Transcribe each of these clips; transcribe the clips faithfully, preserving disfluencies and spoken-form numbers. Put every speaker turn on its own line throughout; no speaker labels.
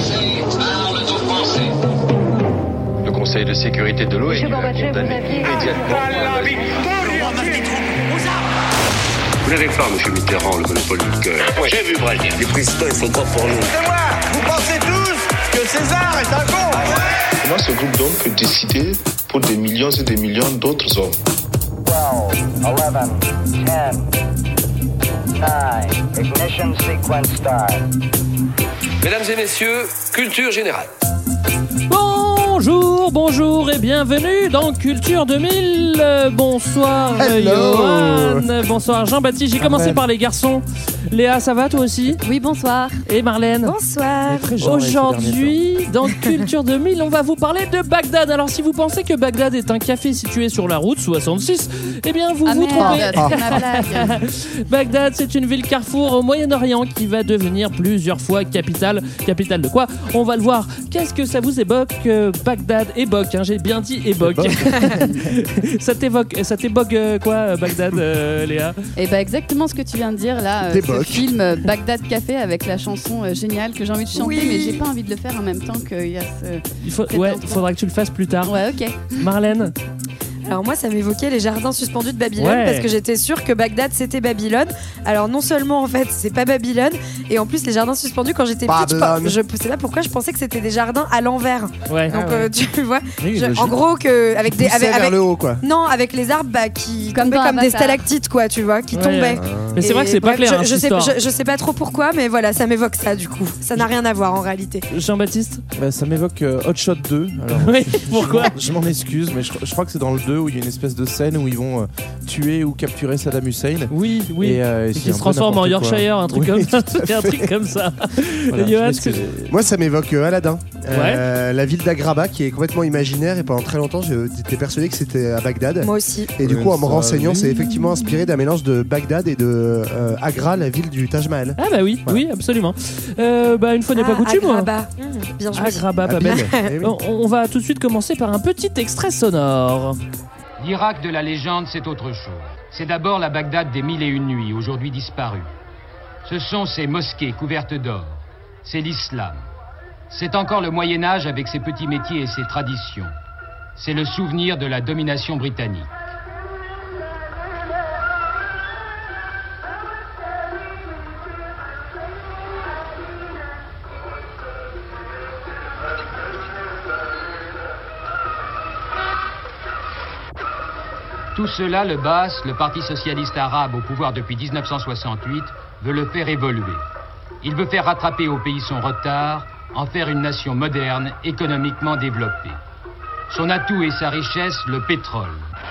Français parlent aux Français.
Le Conseil de sécurité de l'O N U a condamné immédiatement.
Vous n'avez pas, monsieur Mitterrand, le monopole du cœur.
Moi j'ai vu Brazil.
Les présidents, ils sont pas pour nous.
C'est moi. Vous pensez tous que César est un con.
Comment ce groupe d'hommes peut décider pour des millions et des millions d'autres hommes?
twelve, eleven, ten, nine, ignition sequence start.
Mesdames et messieurs, culture générale.
Bonjour, bonjour et bienvenue dans Culture deux mille. Euh, bonsoir
Hello.
Johan, bonsoir Jean-Baptiste. J'ai commencé par les garçons. Léa, ça va toi aussi?
Oui, bonsoir.
Et Marlène?
Bonsoir.
Aujourd'hui, dans Culture deux mille, on va vous parler de Bagdad. Alors, si vous pensez que Bagdad est un café situé sur la route soixante-six, eh bien, vous
ah
vous
merde,
trompez.
Ah. C'est ma blague.
Bagdad, c'est une ville carrefour au Moyen-Orient qui va devenir plusieurs fois capitale. Capitale de quoi? On va le voir. Qu'est-ce que ça vous évoque? euh, Bagdad évoque, hein, j'ai bien dit évoque. ça t'évoque, ça t'évoque euh, quoi, Bagdad, euh, Léa?
Et bah exactement ce que tu viens de dire là. Euh, ce film euh, Bagdad Café avec la chanson euh, géniale que j'ai envie de chanter, oui. mais j'ai pas envie de le faire en même temps qu'il y a ce.
Il faut, ouais, il faudra que tu le fasses plus tard.
Ouais, ok.
Marlène?
Alors moi ça m'évoquait les jardins suspendus de Babylone,
ouais.
parce que j'étais sûre que Bagdad c'était Babylone. Alors non seulement en fait c'est pas Babylone, et en plus les jardins suspendus quand j'étais petite, je, je sais pas pourquoi je pensais que c'était des jardins à l'envers.
Ouais.
Donc
ah ouais.
euh, tu vois,
oui,
je, en gros que avec des avec,
vers
avec
le haut quoi.
Non, avec les arbres bah, qui
comme,
tombaient comme des
Avatar.
stalactites quoi, tu vois, qui
ouais,
tombaient.
Ah. Mais c'est et vrai que c'est
bref,
pas clair.
Je,
hein,
je, sais,
je,
je sais pas trop pourquoi, mais voilà, ça m'évoque ça du coup. Ça n'a rien à voir en réalité.
Jean-Baptiste?
Bah, ça m'évoque euh, Hot Shot deux. Alors,
oui, pourquoi?
Je m'en excuse, mais je, je crois que c'est dans le deux où il y a une espèce de scène où ils vont euh, tuer ou capturer Saddam Hussein.
Oui, oui.
Et, euh, et
et qui se transforme en Yorkshire, un truc
oui,
comme ça. un truc comme ça.
Voilà,
Johan,
moi, ça m'évoque euh, Aladdin.
Ouais.
Euh, la ville d'Agraba qui est complètement imaginaire, et pendant très longtemps, j'étais persuadé que c'était à Bagdad.
Moi aussi.
Et du
ouais,
coup, en me
ça,
renseignant,
oui.
c'est effectivement inspiré d'un mélange de Bagdad et de euh, Agra, la ville du Taj Mahal.
Ah bah oui,
voilà.
oui, absolument. Euh, bah une fois n'est
ah,
pas coutume.
Agraba. Mmh, bien joué.
Agraba, pas belle. on, on va tout de suite commencer par un petit extrait sonore.
L'Irak de la légende, c'est autre chose. C'est d'abord la Bagdad des mille et une nuits, aujourd'hui disparue. Ce sont ces mosquées couvertes d'or. C'est l'islam. C'est encore le Moyen-Âge avec ses petits métiers et ses traditions. C'est le souvenir de la domination britannique. Tout cela, le B A S, le Parti socialiste arabe au pouvoir depuis dix-neuf cent soixante-huit, veut le faire évoluer. Il veut faire rattraper au pays son retard, en faire une nation moderne, économiquement développée. Son atout et sa richesse, le pétrole.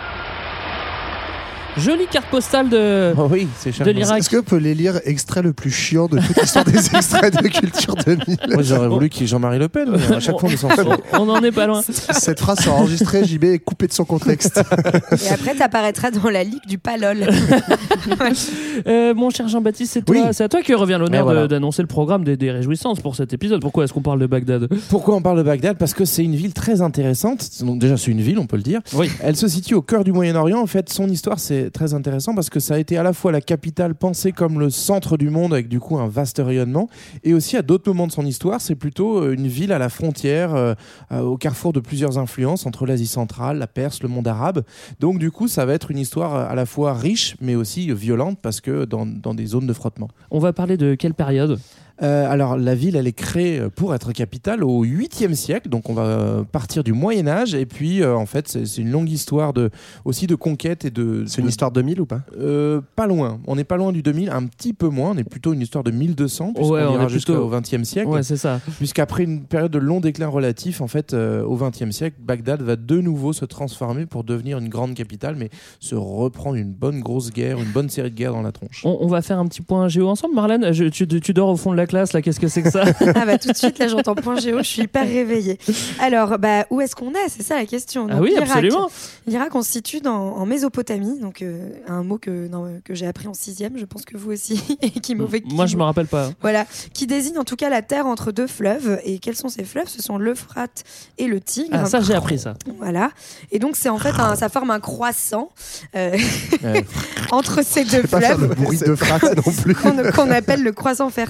Jolie carte postale de,
oh oui, c'est
de l'Irak.
Est-ce qu'on peut les lire extrait le plus chiant de toute l'histoire des extraits de Culture deux mille?
Moi j'aurais voulu qu'il y ait Jean-Marie Le Pen, mais à chaque fois on s'en fout.
On en est pas loin.
Cette phrase sera enregistrée, J B, et coupée de son contexte.
Et après t'apparaîtras dans la ligue du palol.
euh, mon cher Jean-Baptiste, c'est, toi,
oui.
c'est à toi qui revient l'honneur
voilà.
de, d'annoncer le programme des, des réjouissances pour cet épisode. Pourquoi est-ce qu'on parle de Bagdad?
Pourquoi on parle de Bagdad? Parce que c'est une ville très intéressante. Donc déjà c'est une ville, on peut le dire.
Oui.
Elle se situe au cœur du Moyen-Orient. En fait, son histoire c'est très intéressant parce que ça a été à la fois la capitale pensée comme le centre du monde avec du coup un vaste rayonnement, et aussi à d'autres moments de son histoire c'est plutôt une ville à la frontière, euh, au carrefour de plusieurs influences entre l'Asie centrale, la Perse, le monde arabe. Donc du coup ça va être une histoire à la fois riche mais aussi violente parce que dans, dans des zones de frottement.
On va parler de quelle période?
Euh, alors la ville elle est créée pour être capitale au huitième siècle, donc on va partir du Moyen-Âge, et puis euh, en fait c'est, c'est une longue histoire de, aussi de conquête et de...
C'est une histoire deux mille ou pas?
euh, Pas loin, on n'est pas loin du deux mille, un petit peu moins, on est plutôt une histoire de mille deux cents puisqu'on
ouais, on
ira
est
jusqu'au
plutôt...
vingtième siècle.
Ouais, c'est ça.
Puisqu'après une période de long déclin relatif, en fait euh, au vingtième siècle, Bagdad va de nouveau se transformer pour devenir une grande capitale, mais se reprendre une bonne grosse guerre, une bonne série de guerres dans la tronche.
On, on va faire un petit point géo ensemble. Marlène, je, tu, tu dors au fond de la classe là, qu'est-ce que c'est que ça?
Ah bah tout de suite là j'entends point géo, je suis hyper réveillée. Alors bah où est-ce qu'on est? C'est ça la question. Donc,
ah oui,
l'Irak,
absolument.
L'Irak on se situe dans, en Mésopotamie, donc euh, un mot que, non, que j'ai appris en sixième, je pense que vous aussi, et qui m'aurait.
Moi je me rappelle pas.
Voilà, qui désigne en tout cas la terre entre deux fleuves. Et quels sont ces fleuves? Ce sont l'Euphrate et le Tigre.
Ah ça j'ai appris ça.
Voilà. Et donc c'est en fait un, ça forme un croissant euh, ouais. entre ces deux
fleuves. Pas faire de bruit de phrase non plus.
qu'on, qu'on appelle le croissant fertile.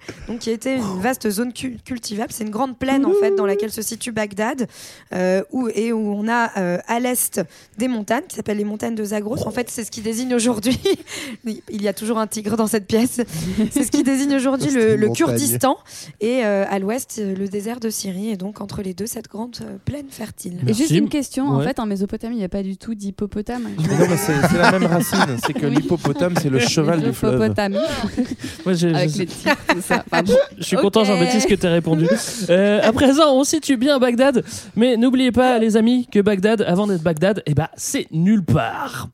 donc qui était une vaste zone cu- cultivable. C'est une grande plaine en fait dans laquelle se situe Bagdad, euh, où, et où on a euh, à l'est des montagnes qui s'appellent les montagnes de Zagros. En fait, c'est ce qui désigne aujourd'hui. Il y a toujours un tigre dans cette pièce. C'est ce qui désigne aujourd'hui le, le Kurdistan et euh, à l'ouest le désert de Syrie. Et donc entre les deux, cette grande euh, plaine fertile.
Merci. Et juste une question,
ouais.
en fait, en Mésopotamie, il n'y a pas du tout d'hippopotame.
Mais non, mais c'est, c'est la même racine. C'est que oui. l'hippopotame, c'est le cheval du fleuve.
Moi, j'ai,
Avec
je...
les tigres, c'est ça. Pardon.
Je suis okay. content, Jean-Baptiste, que tu aies répondu. Euh, à présent, on situe bien Bagdad, mais n'oubliez pas, les amis, que Bagdad, avant d'être Bagdad, eh ben, c'est nulle part.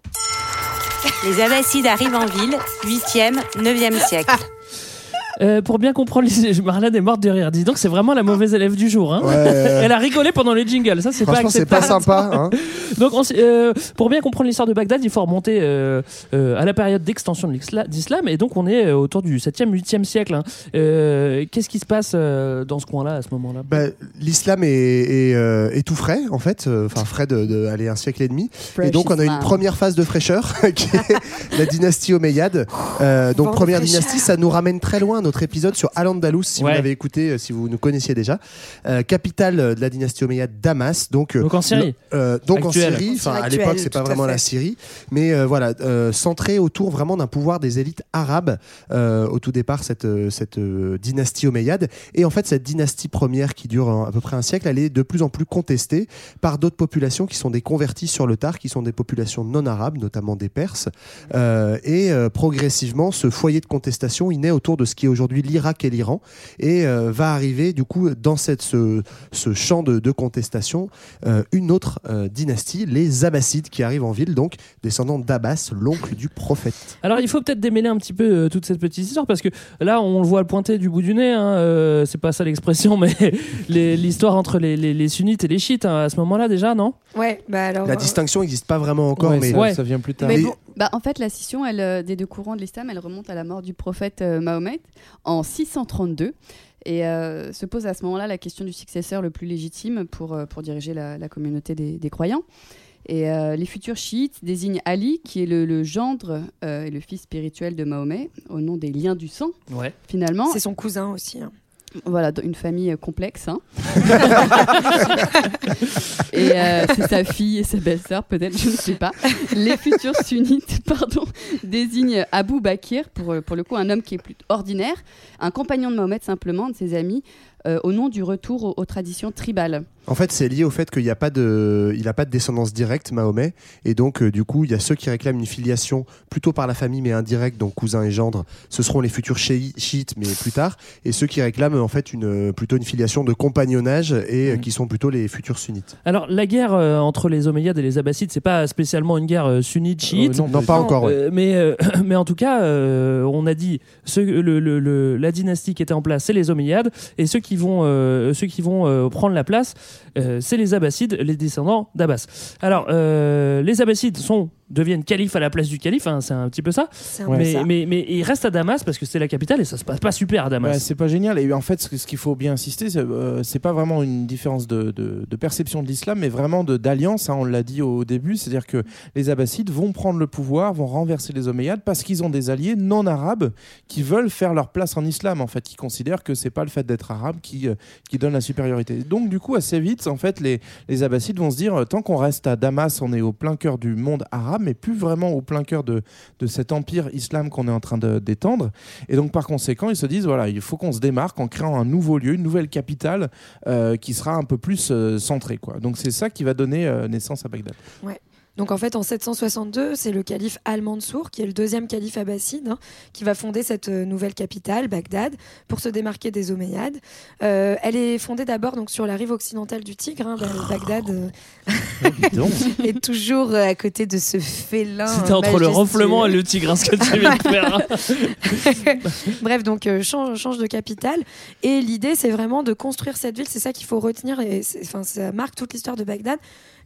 Les Abbassides arrivent en ville, huitième, neuvième siècle.
Euh, pour bien comprendre, Marlène est morte de rire. Dis donc, c'est vraiment la mauvaise élève du jour. Hein.
Ouais.
Elle a rigolé pendant le jingle. Ça, c'est pas acceptable.
c'est pas sympa. Hein.
Donc, on, euh, pour bien comprendre l'histoire de Bagdad, il faut remonter euh, euh, à la période d'extension de l'islam. Et donc, on est autour du septième, huitième siècle. Hein. Euh, qu'est-ce qui se passe euh, dans ce coin-là à ce moment-là?
bah, L'islam est, est, euh, est tout frais, en fait. Enfin, frais de, de aller un siècle et demi. Fresh et donc, on a une première phase de fraîcheur qui est la dynastie omeyyade. Euh, donc, première dynastie, ça nous ramène très loin. Notre épisode sur Al-Andalus, si ouais. vous l'avez écouté, si vous nous connaissiez déjà. Euh, capitale de la dynastie omeyyade, Damas. Donc,
donc en Syrie.
Euh, donc
actuelle.
en Syrie. Enfin, à l'époque, c'est pas vraiment la Syrie, mais euh, voilà, euh, centré autour vraiment d'un pouvoir des élites arabes. Euh, au tout départ, cette cette euh, dynastie omeyyade. Et en fait, cette dynastie première qui dure à peu près un siècle, elle est de plus en plus contestée par d'autres populations qui sont des convertis sur le tard, qui sont des populations non arabes, notamment des Perses. Euh, et euh, progressivement, ce foyer de contestation, il naît autour de ce qui est aujourd'hui l'Irak et l'Iran, et euh, va arriver du coup dans cette, ce, ce champ de, de contestation euh, une autre euh, dynastie, les Abbassides, qui arrivent en ville, donc descendants d'Abbas, l'oncle du prophète.
Alors il faut peut-être démêler un petit peu euh, toute cette petite histoire, parce que là on le voit pointer du bout du nez, hein, euh, c'est pas ça l'expression, mais les, l'histoire entre les, les, les sunnites et les chiites hein, à ce moment-là déjà, non?
Ouais, bah alors.
La distinction n'existe pas vraiment encore,
ouais,
mais
ça,
ouais.
ça vient plus tard.
Mais bon, bah, en fait, la scission elle, euh, des deux courants de l'islam, elle remonte à la mort du prophète euh, Mahomet en six cent trente-deux. Et euh, se pose à ce moment-là la question du successeur le plus légitime pour, euh, pour diriger la, la communauté des, des croyants. Et euh, les futurs chiites désignent Ali, qui est le, le gendre euh, et le fils spirituel de Mahomet, au nom des liens du sang,
ouais.
finalement.
C'est son cousin aussi. Hein.
Voilà, une famille complexe. Hein. Et euh, c'est sa fille et sa belle-sœur, peut-être, je ne sais pas. Les futurs sunnites, pardon, désignent Abou Bakr, pour, pour le coup, un homme qui est plus ordinaire, un compagnon de Mahomet, simplement, de ses amis, euh, au nom du retour aux, aux traditions tribales.
En fait, c'est lié au fait qu'il n'y a pas de, il n'a pas de descendance directe, Mahomet, et donc euh, du coup, il y a ceux qui réclament une filiation plutôt par la famille mais indirecte, donc cousin et gendre. Ce seront les futurs chiites, mais plus tard, et ceux qui réclament en fait une plutôt une filiation de compagnonnage et mmh. qui sont plutôt les futurs sunnites.
Alors la guerre euh, entre les Omeyyades et les Abbassides, c'est pas spécialement une guerre euh, sunnite-chiite.
Euh, non, non, pas encore. Ouais.
Euh, mais euh, mais en tout cas, euh, on a dit ce, le, le, le, la dynastie qui était en place, c'est les Omeyyades, et ceux qui vont euh, ceux qui vont euh, prendre la place. Euh, c'est les Abbassides, les descendants d'Abbas. Alors, euh, les Abbassides sont, deviennent califes à la place du calife, hein, c'est un petit peu ça.
Un
mais,
ça.
Mais, mais, mais ils restent à Damas parce que c'est la capitale et ça se passe pas super à Damas.
Ouais, c'est pas génial. Et en fait, ce, ce qu'il faut bien insister, c'est, euh, c'est pas vraiment une différence de, de, de perception de l'islam, mais vraiment de, d'alliance. Hein, on l'a dit au début, c'est-à-dire que les Abbassides vont prendre le pouvoir, vont renverser les Omeyyades parce qu'ils ont des alliés non arabes qui veulent faire leur place en islam. En fait, qui considèrent que c'est pas le fait d'être arabe qui, euh, qui donne la supériorité. Donc, du coup, assez vite, en fait, les, les Abbassides vont se dire, tant qu'on reste à Damas, on est au plein cœur du monde arabe, mais plus vraiment au plein cœur de, de cet empire islam qu'on est en train de, d'étendre. Et donc, par conséquent, ils se disent, voilà, il faut qu'on se démarque en créant un nouveau lieu, une nouvelle capitale euh, qui sera un peu plus euh, centrée, quoi. Donc, c'est ça qui va donner euh, naissance à Bagdad.
Ouais. Donc en fait en sept cent soixante-deux, c'est le calife Al-Mansour, qui est le deuxième calife abbasside, hein, qui va fonder cette euh, nouvelle capitale, Bagdad, pour se démarquer des Omeyyades. Euh, elle est fondée d'abord donc, sur la rive occidentale du Tigre. Hein, Bagdad euh, est toujours euh, à côté de ce félin.
C'était entre
majestueux.
le ronflement et le tigre, hein, ce que tu viens de faire.
Bref, donc euh, change, change de capitale. Et l'idée, c'est vraiment de construire cette ville. C'est ça qu'il faut retenir. Et ça marque toute l'histoire de Bagdad.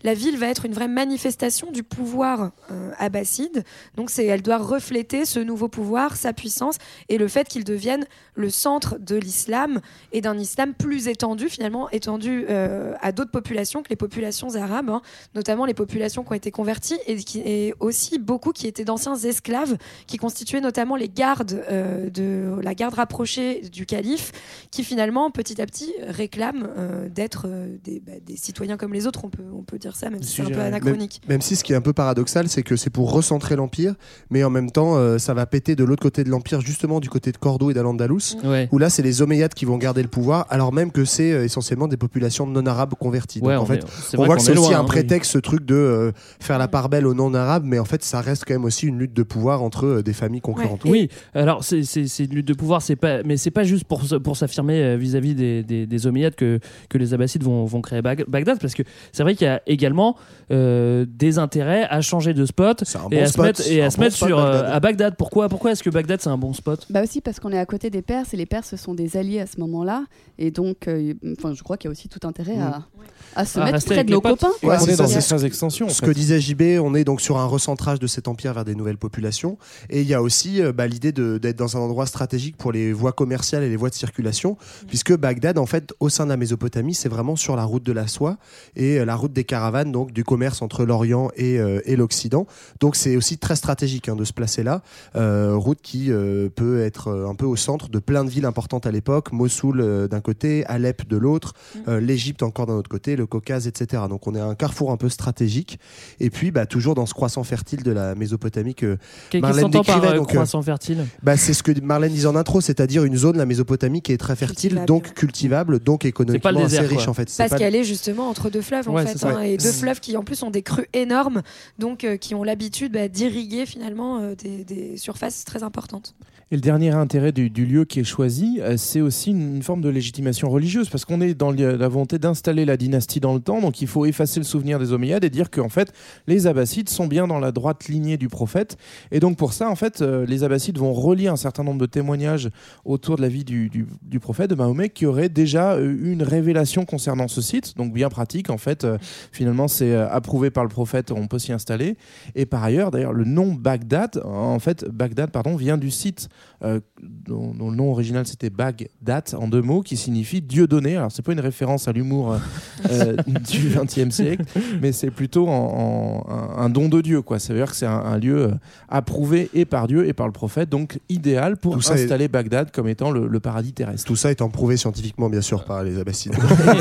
la ville va être une vraie manifestation du pouvoir euh, abbasside. Donc c'est, elle doit refléter ce nouveau pouvoir, sa puissance et le fait qu'il devienne le centre de l'islam et d'un islam plus étendu, finalement étendu euh, à d'autres populations que les populations arabes, hein, notamment les populations qui ont été converties et, qui, et aussi beaucoup qui étaient d'anciens esclaves qui constituaient notamment les gardes euh, de la garde rapprochée du calife, qui finalement petit à petit réclament euh, d'être euh, des, bah, des citoyens comme les autres. On peut, on peut dire ça, même si c'est un peu anachronique.
Même, même si ce qui est un peu paradoxal, c'est que c'est pour recentrer l'empire, mais en même temps, euh, ça va péter de l'autre côté de l'empire, justement du côté de Cordoue et d'Al-Andalus,
ouais.
où là, c'est les Omeyyades qui vont garder le pouvoir, alors même que c'est euh, essentiellement des populations non-arabes converties.
Ouais,
Donc en
on
fait,
est,
on voit que c'est aussi
loin,
un
hein,
prétexte, oui. ce truc de euh, faire la part belle aux non-arabes, mais en fait, ça reste quand même aussi une lutte de pouvoir entre euh, des familles concurrentes.
Ouais. Oui, alors c'est, c'est, c'est une lutte de pouvoir, c'est pas, mais c'est pas juste pour, pour s'affirmer euh, vis-à-vis des, des, des Omeyyades que, que les Abbassides vont, vont créer Bag- Bagdad, parce que c'est vrai qu'il y a également euh, des intérêts à changer de spot
bon
et à
spot,
se mettre, et à,
un
se
bon
mettre
spot,
sur,
Bagdad.
euh, à Bagdad. Pourquoi, pourquoi est-ce que Bagdad c'est un bon spot ?
Bah aussi parce qu'on est à côté des Perses et les Perses sont des alliés à ce moment-là et donc euh, enfin je crois qu'il y a aussi tout intérêt à, à se
À
mettre
rester
près
avec
de
les
nos
potes.
copains.
Ouais,
on
c'est
est dans
ça,
une
c'est
phase d'extension. en
Ce
fait.
que disait J B, on est donc sur un recentrage de cet empire vers des nouvelles populations. Et il y a aussi euh, bah, l'idée de, d'être dans un endroit stratégique pour les voies commerciales et les voies de circulation, mmh. puisque Bagdad, en fait, au sein de la Mésopotamie, c'est vraiment sur la route de la soie et euh, la route des caravanes, donc du commerce entre l'Orient et, euh, et l'Occident. Donc c'est aussi très stratégique hein, de se placer là. Euh, route qui euh, peut être euh, un peu au centre de plein de villes importantes à l'époque, Mossoul euh, d'un côté, Alep de l'autre, mmh. euh, l'Égypte encore d'un autre côté, le Caucase, et cetera. Donc on est à un carrefour un peu stratégique. Et puis bah, toujours dans ce croissant fertile de la Mésopotamie que
Qu'est-ce
Marlène
qui s'entend par
décrivait.
euh,
Donc,
croissant fertile ?
bah, c'est ce que Marlène disait en intro, c'est-à-dire une zone, la Mésopotamie, qui est très fertile,
Cultivable.
donc cultivable, donc économiquement
désert,
assez riche
quoi.
en fait. C'est
Parce
pas-
qu'elle est justement entre deux fleuves en
Ouais,
fait,
c'est ça.
hein, et deux fleuves qui en plus ont des crues énormes, donc euh, qui ont l'habitude bah, d'irriguer finalement euh, des, des surfaces très importantes.
Et le dernier intérêt du, du lieu qui est choisi, euh, c'est aussi une, une forme de légitimation religieuse, parce qu'on est dans le, la volonté d'installer la dynastie dans le temps, donc il faut effacer le souvenir des Omeyyades et dire qu'en fait, les Abbassides sont bien dans la droite lignée du prophète. Et donc pour ça, en fait, euh, les Abbassides vont relier un certain nombre de témoignages autour de la vie du, du, du prophète, de Mahomet, qui aurait déjà euh, eu une révélation concernant ce site, donc bien pratique, en fait, euh, finalement c'est euh, approuvé par le prophète, on peut s'y installer. Et par ailleurs, d'ailleurs, le nom Bagdad, en fait, Bagdad, pardon, vient du site Euh, dont, dont le nom original c'était Bagdat en deux mots, qui signifie Dieu donné. Alors c'est pas une référence à l'humour euh, du vingtième siècle, mais c'est plutôt en, en, un, un don de Dieu, quoi. Ça veut dire que c'est un, un lieu euh, approuvé et par Dieu et par le prophète, donc idéal pour
Tout ça
installer est... Bagdad comme étant le, le paradis terrestre.
Tout ça étant prouvé scientifiquement, bien sûr, par les Abbassides.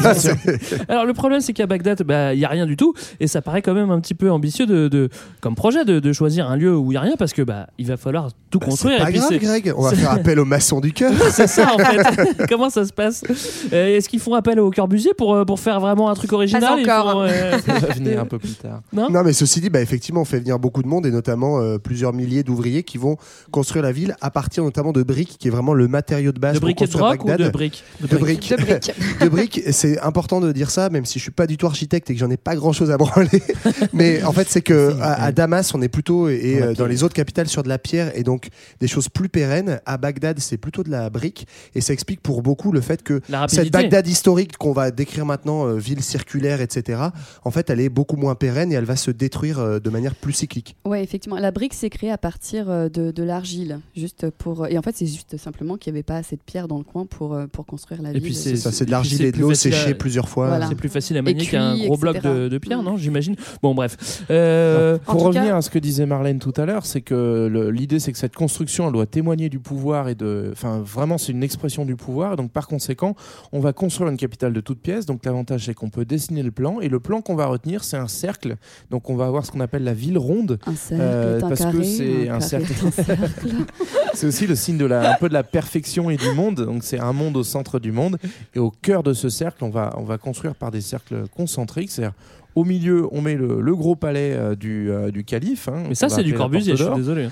Alors le problème c'est qu'à Bagdad, il bah, n'y a rien du tout, et ça paraît quand même un petit peu ambitieux de, de, comme projet de, de choisir un lieu où il n'y a rien, parce que bah, il va falloir tout
bah,
construire.
C'est pas
et puis
grave,
c'est...
Greg, on va
c'est...
faire appel aux maçons du cœur.
C'est ça en fait. Comment ça se passe ? euh, Est-ce qu'ils font appel au Corbusier pour, pour faire vraiment un truc original ?
Pas encore.
Font, euh...
Ça va venir un peu plus tard.
Non,
non mais ceci dit, bah, effectivement, on fait venir beaucoup de monde, et notamment euh, plusieurs milliers d'ouvriers qui vont construire la ville à partir notamment de briques, qui est vraiment le matériau de base
de
pour
briques et de
construire
roc ou
Bagdad.
de briques ?
De briques.
De briques.
De briques. C'est important de dire ça, même si je suis pas du tout architecte et que j'en ai pas grand chose à branler. Mais en fait, c'est que à, à Damas, on est plutôt et, et euh, dans les autres capitales sur de la pierre et donc des choses plus pérennes. À Bagdad, c'est plutôt de la brique, et ça explique pour beaucoup le fait que cette Bagdad historique qu'on va décrire maintenant, euh, ville circulaire, et cetera. En fait, elle est beaucoup moins pérenne et elle va se détruire euh, de manière plus cyclique.
Ouais, effectivement. La brique s'est créée à partir de, de l'argile, juste pour. Et en fait, c'est juste simplement qu'il n'y avait pas assez de pierre dans le coin pour pour construire la
et
ville.
puis
c'est, c'est ça, c'est de l'argile et, et de l'eau séchée à... plusieurs fois.
Voilà.
C'est plus facile à manier
cuit,
qu'un gros
et cetera.
bloc de, de pierre, non ? J'imagine. Bon, bref. Euh,
pour revenir cas... à ce que disait Marlène tout à l'heure, c'est que le, l'idée, c'est que cette construction, elle doit témoigner du pouvoir et de, enfin, vraiment, c'est une expression du pouvoir. Donc, par conséquent, on va construire une capitale de toutes pièces. Donc, l'avantage, c'est qu'on peut dessiner le plan, et le plan qu'on va retenir, c'est un cercle. Donc, on va avoir ce qu'on appelle la ville ronde,
un cercle,
euh,
un
parce
carré,
que c'est
un,
un cercle.
Un cercle.
C'est aussi le signe de la, un peu de la perfection et du monde. Donc, c'est un monde au centre du monde, et au cœur de ce cercle, on va, on va construire par des cercles concentriques, c'est-à-dire au milieu, on met le, le gros palais euh, du, euh, du calife. Hein,
mais ça, c'est du Corbusier, je suis désolé.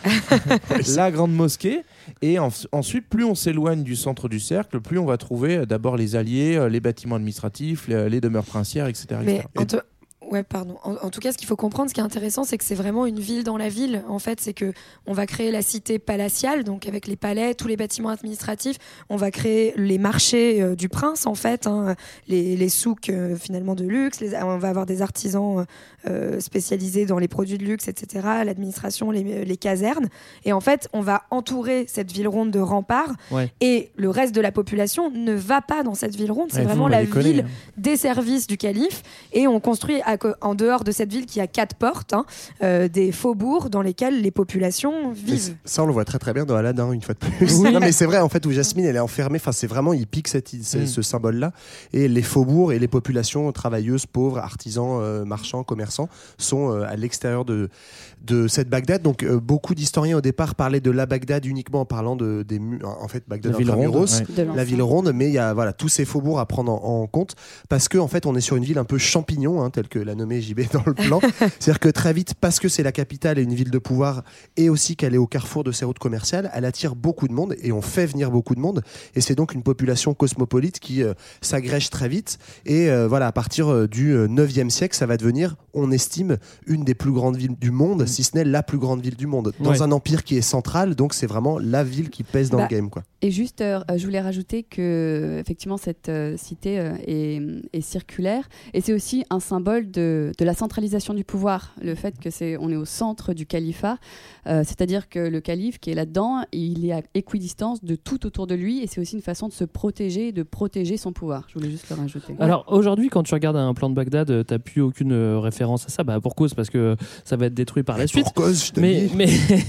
La grande mosquée. Et en, ensuite, plus on s'éloigne du centre du cercle, plus on va trouver euh, d'abord les alliés, euh, les bâtiments administratifs, les, les demeures princières, et cetera.
Mais
et cetera.
Ouais, pardon. En, en tout cas, ce qu'il faut comprendre, ce qui est intéressant, c'est que c'est vraiment une ville dans la ville. En fait, c'est que on va créer la cité palatiale, donc avec les palais, tous les bâtiments administratifs. On va créer les marchés euh, du prince, en fait, hein, les, les souks euh, finalement de luxe. Les, on va avoir des artisans euh, spécialisés dans les produits de luxe, et cetera. L'administration, les, les casernes. Et en fait, on va entourer cette ville ronde de remparts. Ouais. Et le reste de la population ne va pas dans cette ville ronde. C'est ouais, vraiment la ville hein. des services du calife. Et on construit à, en dehors de cette ville qui a quatre portes, hein, euh, des faubourgs dans lesquels les populations vivent.
Ça, on le voit très très bien dans Aladdin, une fois de plus. Oui. Non, mais c'est vrai, en fait, où Jasmine, elle est enfermée. Enfin, c'est vraiment, il pique cette, mm. ce symbole-là. Et les faubourgs et les populations travailleuses, pauvres, artisans, euh, marchands, commerçants, sont euh, à l'extérieur de, de cette Bagdad. Donc, euh, beaucoup d'historiens au départ parlaient de la Bagdad uniquement en parlant de, des mu- en fait, Bagdad intramuros, ouais. la ville ronde. Mais il y a voilà, tous ces faubourgs à prendre en, en compte parce qu'en en fait, on est sur une ville un peu champignon, hein, telle que l'a nommé J B dans le plan. C'est-à-dire que très vite, parce que c'est la capitale et une ville de pouvoir, et aussi qu'elle est au carrefour de ses routes commerciales, elle attire beaucoup de monde et on fait venir beaucoup de monde. Et c'est donc une population cosmopolite qui euh, s'agrège très vite. Et euh, voilà, à partir euh, du neuvième siècle, ça va devenir, on estime, une des plus grandes villes du monde, mmh. si ce n'est la plus grande ville du monde. Dans ouais. un empire qui est central, donc c'est vraiment la ville qui pèse dans bah, le game, quoi.
Et juste, euh, je voulais rajouter que effectivement cette euh, cité euh, est, est circulaire et c'est aussi un symbole de, de la centralisation du pouvoir. Le fait que c'est, on est au centre du califat, euh, c'est-à-dire que le calife qui est là-dedans, il est à équidistance de tout autour de lui et c'est aussi une façon de se protéger, de protéger son pouvoir. Je voulais juste le rajouter.
Alors aujourd'hui, quand tu regardes un plan de Bagdad, t'as plus aucune euh, référence à ça. Bah pour cause, parce que ça va être détruit par la suite.
Pour cause, je te
mais
dis.
mais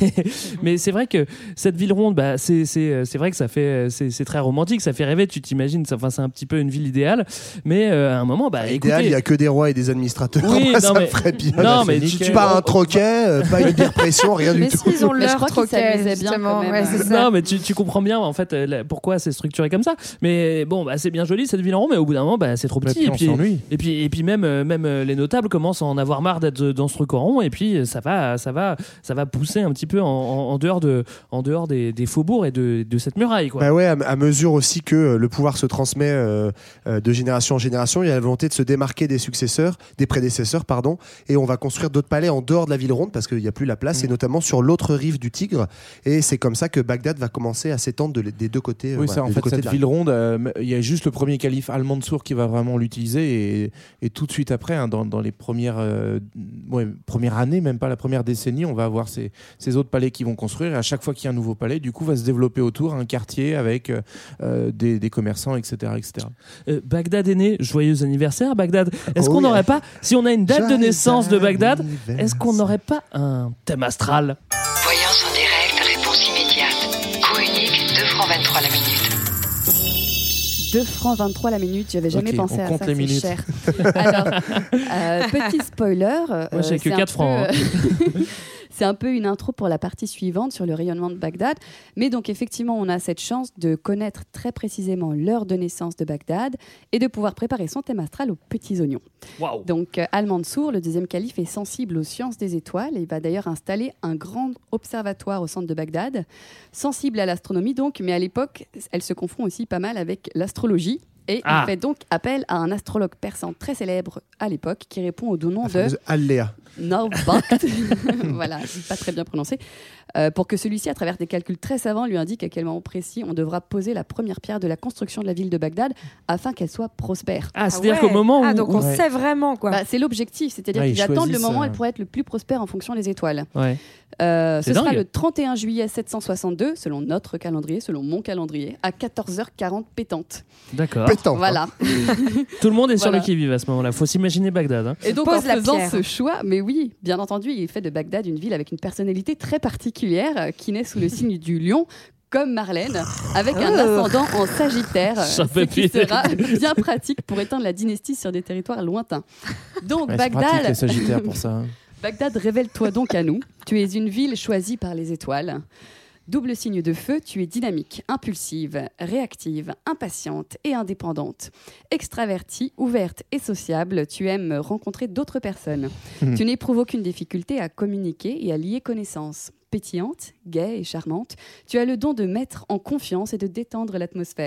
mais c'est vrai que cette ville ronde, bah c'est c'est c'est vrai que ça fait c'est, c'est très romantique, ça fait rêver. Tu t'imagines, ça, enfin c'est un petit peu une ville idéale. Mais euh, à un moment, bah écoutez,
idéal, il y a que des rois et des administrateurs.
Oui,
Moi,
non,
ça
mais...
me ferait bien.
Non, mais tu, tu...
pas un troquet, euh, pas une bière pression, rien
mais
du
si
tout.
Ils ont leur troquet,
bien quand même.
Ouais, c'est ça.
Non, mais tu, tu comprends bien en fait euh, pourquoi c'est structuré comme ça. Mais bon, bah c'est bien joli cette ville en rond, mais au bout d'un moment, bah c'est trop petit.
Et puis,
et puis, et puis, et puis même, euh, même euh, les notables commencent à en avoir marre d'être dans ce truc en rond, et puis ça va, ça va, ça va pousser un petit peu en, en, en dehors de, en dehors des, des faubourgs et de, de cette muraille, quoi.
Bah ouais, à, à mesure aussi que le pouvoir se transmet euh, euh, de génération en génération, il y a la volonté de se démarquer des successeurs, des prédécesseurs, pardon, et on va construire d'autres palais en dehors de la ville ronde parce qu'il n'y a plus la place, mmh. et notamment sur l'autre rive du Tigre. Et c'est comme ça que Bagdad va commencer à s'étendre de, des deux côtés.
Oui,
euh,
ça,
voilà,
en fait, cette ville ronde, euh, il y a juste le premier calife Al-Mansour qui va vraiment l'utiliser, et, et tout de suite après, hein, dans, dans les premières, euh, ouais, premières années, même pas la première décennie, on va avoir ces, ces autres palais qui vont construire. Et à chaque fois qu'il y a un nouveau palais, du coup, va se développer autour un quartier avec euh, des, des commerçants, et cetera, et cetera.
Euh, Bagdad est né, joyeux anniversaire Bagdad. Est-ce oh qu'on n'aurait yeah. pas, si on a une date
joyeux
de naissance de Bagdad, est-ce qu'on n'aurait pas un thème astral?
Voyance en direct, réponse immédiate. Coût unique, deux francs vingt-trois la minute.
deux francs vingt-trois la minute, j'avais jamais
okay,
pensé à ça,
les
c'est
minutes.
cher. Alors, euh, petit spoiler.
Moi, euh, j'ai que quatre francs.
Peu, hein. C'est un peu une intro pour la partie suivante sur le rayonnement de Bagdad. Mais donc, effectivement, on a cette chance de connaître très précisément l'heure de naissance de Bagdad et de pouvoir préparer son thème astral aux petits oignons.
Wow.
Donc, euh, Al-Mansour, le deuxième calife, est sensible aux sciences des étoiles et il va d'ailleurs installer un grand observatoire au centre de Bagdad, sensible à l'astronomie donc, mais à l'époque, elle se confond aussi pas mal avec l'astrologie. Et ah. il fait donc appel à un astrologue persan très célèbre à l'époque qui répond au nom de
Alléa.
Norbakht, voilà, pas très bien prononcé, euh, pour que celui-ci, à travers des calculs très savants, lui indique à quel moment précis on devra poser la première pierre de la construction de la ville de Bagdad afin qu'elle soit prospère.
Ah, c'est-à-dire ah ouais. qu'au moment où...
Ah, donc on
ouais.
sait vraiment, quoi.
Bah, c'est l'objectif, c'est-à-dire
ouais,
qu'ils attendent le moment où
euh...
elle pourrait être le plus prospère en fonction des étoiles.
Ouais.
Euh, ce
dingue.
sera le trente et un juillet sept cent soixante-deux, selon notre calendrier, selon mon calendrier, à quatorze heures quarante pétante.
D'accord.
Pétant,
voilà.
Tout le monde est
voilà.
sur le qui-vive à ce moment-là. Faut s'imaginer Bagdad. Hein.
Et donc,
Pose
en
la
faisant
pierre.
ce choix, mais oui, bien entendu, il fait de Bagdad une ville avec une personnalité très particulière euh, qui naît sous le signe du lion, comme Marlène, avec un ascendant en Sagittaire,
Ça
ce qui sera bien pratique pour éteindre la dynastie sur des territoires lointains. Donc,
ouais,
Bagdad...
c'est pratique, les Sagittaires pour ça. Hein.
Bagdad, révèle-toi donc à nous. Tu es une ville choisie par les étoiles. Double signe de feu, tu es dynamique, impulsive, réactive, impatiente et indépendante. Extravertie, ouverte et sociable, tu aimes rencontrer d'autres personnes. Mmh. Tu n'éprouves aucune difficulté à communiquer et à lier connaissances. Pétillante, gaie et charmante, tu as le don de mettre en confiance et de détendre l'atmosphère.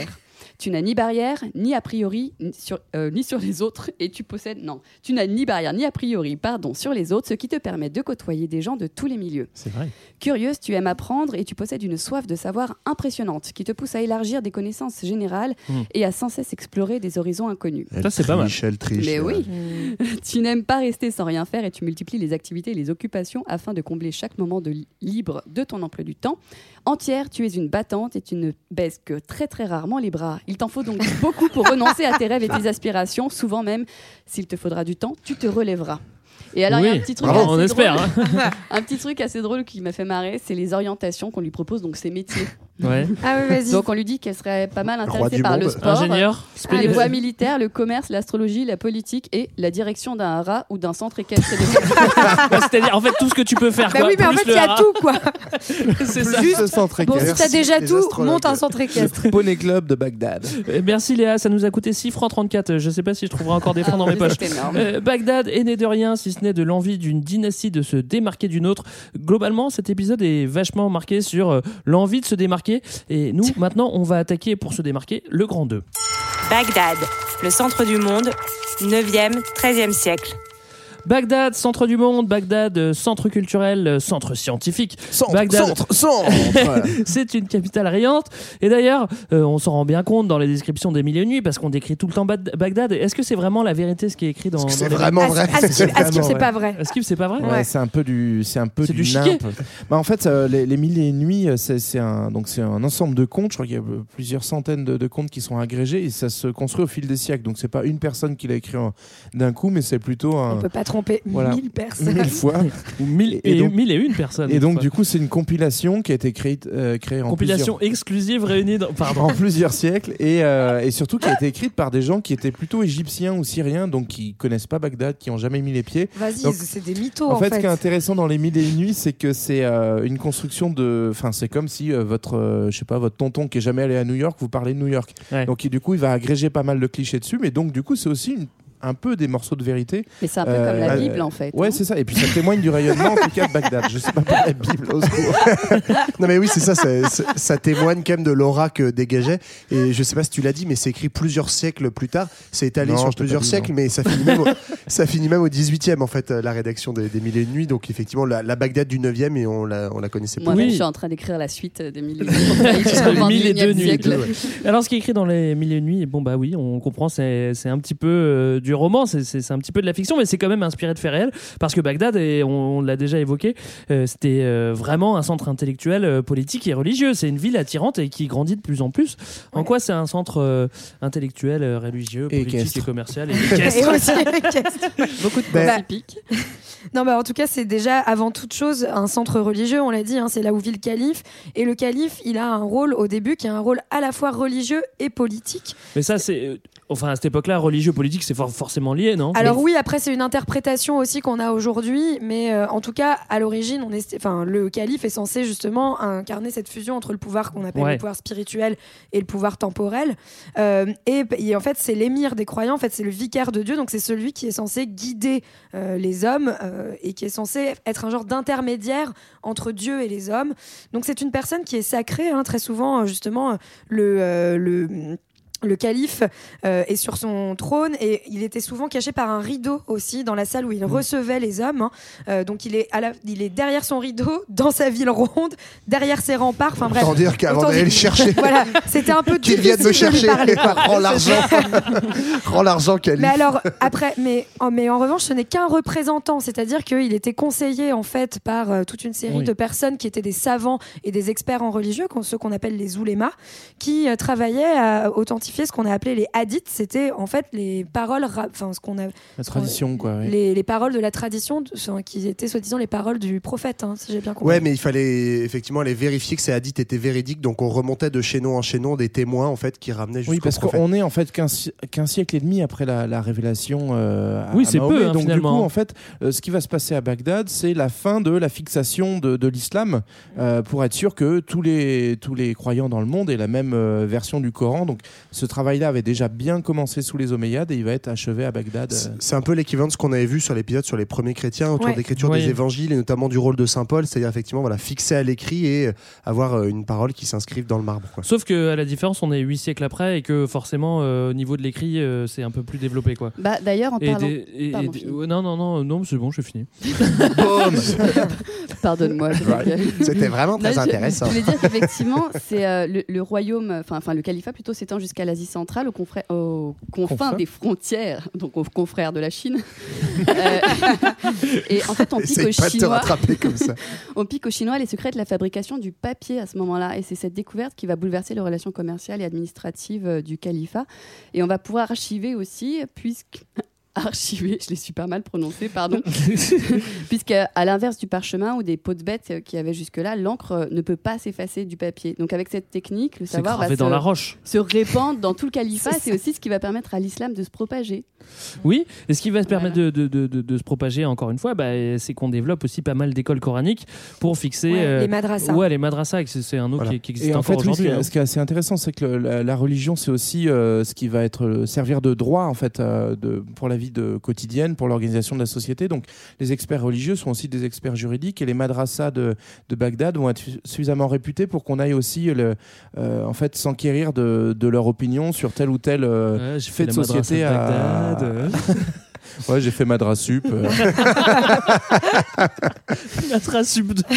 Tu n'as ni barrière, ni a priori, ni sur, euh, ni sur les autres, et tu possèdes... Non, tu n'as ni barrière, ni a priori, pardon, sur les autres, ce qui te permet de côtoyer des gens de tous les milieux.
C'est vrai.
Curieuse, tu aimes apprendre et tu possèdes une soif de savoir impressionnante qui te pousse à élargir des connaissances générales mmh. et à sans cesse explorer des horizons inconnus.
Elle Ça, c'est triche, pas mal. Elle triche.
Mais oui. Mmh. Tu n'aimes pas rester sans rien faire et tu multiplies les activités et les occupations afin de combler chaque moment de li- libre de ton emploi du temps. Entière, tu es une battante et tu ne baisses que très très rarement les bras. Il t'en faut donc beaucoup pour renoncer à tes rêves et tes aspirations. Souvent même, s'il te faudra du temps, tu te relèveras. Et alors, il oui. y a un petit truc
Bravo,
assez
on
drôle.
espère, hein.
Un petit truc assez drôle qui m'a fait marrer, c'est les orientations qu'on lui propose, donc ses métiers.
Ouais.
Ah oui, vas-y.
Donc on lui dit qu'elle serait pas mal intéressée par
monde.
le sport,
ingénieur,
ah, les voies militaires, le commerce, l'astrologie, la politique et la direction d'un haras ou d'un centre équestre.
Ouais, c'est-à-dire en fait tout ce que tu peux faire.
Bah
quoi,
oui, mais en
plus
fait il y a
haras.
tout quoi.
C'est ça.
Juste,
centre
bon,
équestre.
si t'as déjà
Les
tout,
astrologues.
monte un centre équestre.
Poney Club de Bagdad.
Euh, Merci Léa, ça nous a coûté six francs trente-quatre. Je sais pas si je trouverai encore des francs dans mes poches. Euh, Bagdad est né de rien, si ce n'est de l'envie d'une dynastie de se démarquer d'une autre. Globalement, cet épisode est vachement marqué sur euh, l'envie de se démarquer. Et nous, maintenant, on va attaquer pour se démarquer le grand deux.
Bagdad, le centre du monde, neuvième, treizième siècle.
Bagdad, centre du monde, Bagdad, euh, centre culturel, euh, centre scientifique.
Centre,
Bagdad,
centre, centre.
c'est une capitale rayonnante. Et d'ailleurs, euh, on s'en rend bien compte dans les descriptions des Mille et Une Nuits parce qu'on décrit tout le temps Bad- Bagdad. Est-ce que c'est vraiment la vérité ce qui est écrit dans,
Est-ce que
dans
c'est
les
vraiment vrai
Askip, Askip, c'est pas vrai.
Askip, c'est pas vrai.
Ouais,
Ouais.
c'est un peu du, c'est un peu
C'est
du,
du chiquet.
nimp. Bah en fait, euh, les, les Mille et Une Nuits, c'est, c'est un, donc c'est un ensemble de contes. Je crois qu'il y a euh, plusieurs centaines de, de contes qui sont agrégés et ça se construit au fil des siècles. Donc c'est pas une personne qui l'a écrit en- d'un coup, mais c'est plutôt un.
On peut pas tromper
Voilà.
mille personnes.
Mille fois.
Ou mille
Et
et,
donc-
mille et une personnes.
Et donc
Enfin,
du coup, c'est une compilation qui a été créée, euh, créée en
compilation
plusieurs,
exclusive réunie dans. Pardon.
en plusieurs siècles et, euh, et surtout qui a été écrite par des gens qui étaient plutôt égyptiens ou syriens, donc qui connaissent pas Bagdad, qui ont jamais mis les pieds.
Vas-y,
Donc,
c'est des mythos
En
en
fait,
fait.
ce qui est intéressant dans les Mille et Une Nuits, c'est que c'est euh, une construction de. Enfin, c'est comme si euh, votre, euh, je sais pas, votre tonton qui est jamais allé à New York, vous parlez de New York.
Ouais.
Donc, il- du coup, il va agréger pas mal de clichés dessus, mais donc, du coup, c'est aussi une- un peu des morceaux de vérité.
Mais c'est un peu
Euh,
comme la
euh,
Bible en fait.
Ouais,
hein.
c'est ça. Et puis, ça témoigne du rayonnement, en tout cas, de Bagdad. Je sais pas pour la Bible, au secours.
Non mais oui, c'est ça, c'est- c'est- ça témoigne quand même de l'aura que dégageait. Et je sais pas si tu l'as dit, mais c'est écrit plusieurs siècles plus tard. C'est étalé
Non,
sur
je t'ai
plusieurs
pas dit,
siècles,
non.
mais ça finit même au, ça finit même au dix-huitième en fait, la rédaction des, des Mille et Une Nuits. Donc effectivement, la, la Bagdad du neuvième et on la, on la connaissait pas.
Moi,
Oui.
je suis en train d'écrire la suite des Mille et Une Nuits. Jusqu'au
Mille et deux
vingt-et-unième
nuits.
siècle.
Alors, ce qui est écrit dans les Mille et Une Nuits, bon bah oui, on comprend, c'est, c'est un petit peu euh, du roman, c'est, c'est, c'est un petit peu de la fiction, mais c'est quand même inspiré de faits réels, parce que Bagdad, et on, on l'a déjà évoqué, euh, c'était euh, vraiment un centre intellectuel, euh, politique et religieux. C'est une ville attirante et qui grandit de plus en plus. En
Ouais.
quoi c'est un centre euh, intellectuel, euh, religieux,
Et
politique
équestre.
et commercial et
Et
équestre.
aussi équestre.
Beaucoup de
Ben,
points typiques.
Non, bah en tout cas, c'est déjà avant toute chose un centre religieux, on l'a dit, hein, c'est là où vit le calife. Et le calife, il a un rôle au début qui est un rôle à la fois religieux et politique.
Mais ça, c'est. euh, Enfin, à cette époque-là, religieux, politique, c'est for- forcément lié, non?
Alors oui, après c'est une interprétation aussi qu'on a aujourd'hui, mais euh, en tout cas à l'origine, on est, enfin le calife est censé justement incarner cette fusion entre le pouvoir qu'on appelle
Ouais.
le pouvoir spirituel et le pouvoir temporel. Euh, et, et en fait, c'est l'émir des croyants. En fait, c'est le vicaire de Dieu, donc c'est celui qui est censé guider euh, les hommes euh, et qui est censé être un genre d'intermédiaire entre Dieu et les hommes. Donc c'est une personne qui est sacrée, hein, très souvent justement le euh, le Le calife euh, est sur son trône et il était souvent caché par un rideau aussi dans la salle où il recevait les hommes. hein. Euh, donc il est, à la, il est derrière son rideau, dans sa ville ronde, derrière ses remparts. Enfin bref.
Autant dire qu'avant
Autant
d'aller
dire-
le chercher,
Voilà, c'était un peu
qu'il
difficile
vienne me
de lui
chercher,
parler, quoi.
rends l'argent, rends l'argent Calife.
Mais alors après, mais en, mais en revanche, ce n'est qu'un représentant, c'est-à-dire qu'il était conseillé en fait par euh, toute une série
Oui.
de personnes qui étaient des savants et des experts en religieux, qu'on- ceux qu'on appelle les oulémas, qui euh, travaillaient à authentifier ce qu'on a appelé les hadiths. C'était en fait les paroles, ra- enfin ce qu'on a,
La tradition, quoi. ouais.
les, les paroles de la tradition, de- enfin, qui étaient soi-disant les paroles du prophète, hein, si j'ai bien compris.
Ouais, mais il fallait effectivement aller vérifier que ces hadiths étaient véridiques, donc on remontait de chaînon en chaînon des témoins en fait qui ramenaient jusqu'au
Oui, parce
prophète.
qu'on est en fait qu'un, si- qu'un siècle et demi après la, la révélation. euh, à-
Oui,
à
c'est
Mahomet.
peu, hein,
Donc
finalement.
du coup, en fait, euh, ce qui va se passer à Bagdad, c'est la fin de la fixation de, de l'islam euh, pour être sûr que tous les tous les croyants dans le monde aient la même euh, version du Coran. Donc, ce ce travail-là avait déjà bien commencé sous les Omeyyades et il va être achevé à Bagdad.
C'est, c'est un peu l'équivalent de ce qu'on avait vu sur l'épisode sur les premiers chrétiens autour
Ouais.
de l'écriture
Oui.
des évangiles et notamment du rôle de Saint Paul, c'est-à-dire effectivement voilà, fixer à l'écrit et avoir euh, une parole qui s'inscrive dans le marbre. Quoi.
Sauf que à la différence, on est huit siècles après et que forcément, euh, au niveau de l'écrit, euh, c'est un peu plus développé, quoi.
Bah, d'ailleurs, en
Et
parlant...
des- et-
Pardon,
et des-
Philippe.
ouais, non, non, non, non, c'est bon, j'ai fini.
Boum.
Pardonne-moi.
Right. C'était vraiment très
Non, je-
intéressant.
Je voulais dire qu'effectivement, c'est euh, le, le royaume, enfin, enfin le califat plutôt s'étend jusqu'à l'Asie centrale, aux, confrères- aux confins
Confins.
des frontières, donc aux confrères de la Chine. Euh, et en fait, on pique
Essaye
aux
pas de te
Chinois.
rattraper comme ça.
On pique aux Chinois les secrets de la fabrication du papier à ce moment-là. Et c'est cette découverte qui va bouleverser les relations commerciales et administratives euh, du califat. Et on va pouvoir archiver aussi, puisque. Archiver, je l'ai super mal prononcé, pardon. Puisque, à l'inverse du parchemin ou des pots de bête qu'il y avait jusque-là, l'encre ne peut pas s'effacer du papier. Donc, avec cette technique, le
C'est
savoir va
gravé dans
se,
la roche.
se répandre dans tout le califat.
C'est
C'est aussi ce qui va permettre à l'islam de se propager.
Oui, et ce qui va se permettre de, de, de, de, de se propager encore une fois, bah, c'est qu'on développe aussi pas mal d'écoles coraniques pour fixer
Ouais,
euh,
les madrasas.
Ouais, les madrasas, c'est, c'est un mot
Voilà.
qui, qui existe
Et en
encore
fait, oui,
aujourd'hui.
ce,
hein.
ce qui est assez intéressant, c'est que le- la, la religion, c'est aussi euh, ce qui va être euh, servir de droit en fait euh, de, pour la vie de, quotidienne, pour l'organisation de la société. Donc, les experts religieux sont aussi des experts juridiques et les madrasas de, de Bagdad vont être suffisamment réputés pour qu'on aille aussi le, euh, en fait s'enquérir de, de leur opinion sur tel ou tel euh,
Ouais, j'ai
fait
fait
de
la madrasa
société
de
à.
Bagdad, euh.
Ouais, j'ai fait madrasup. Euh.
Madrasup de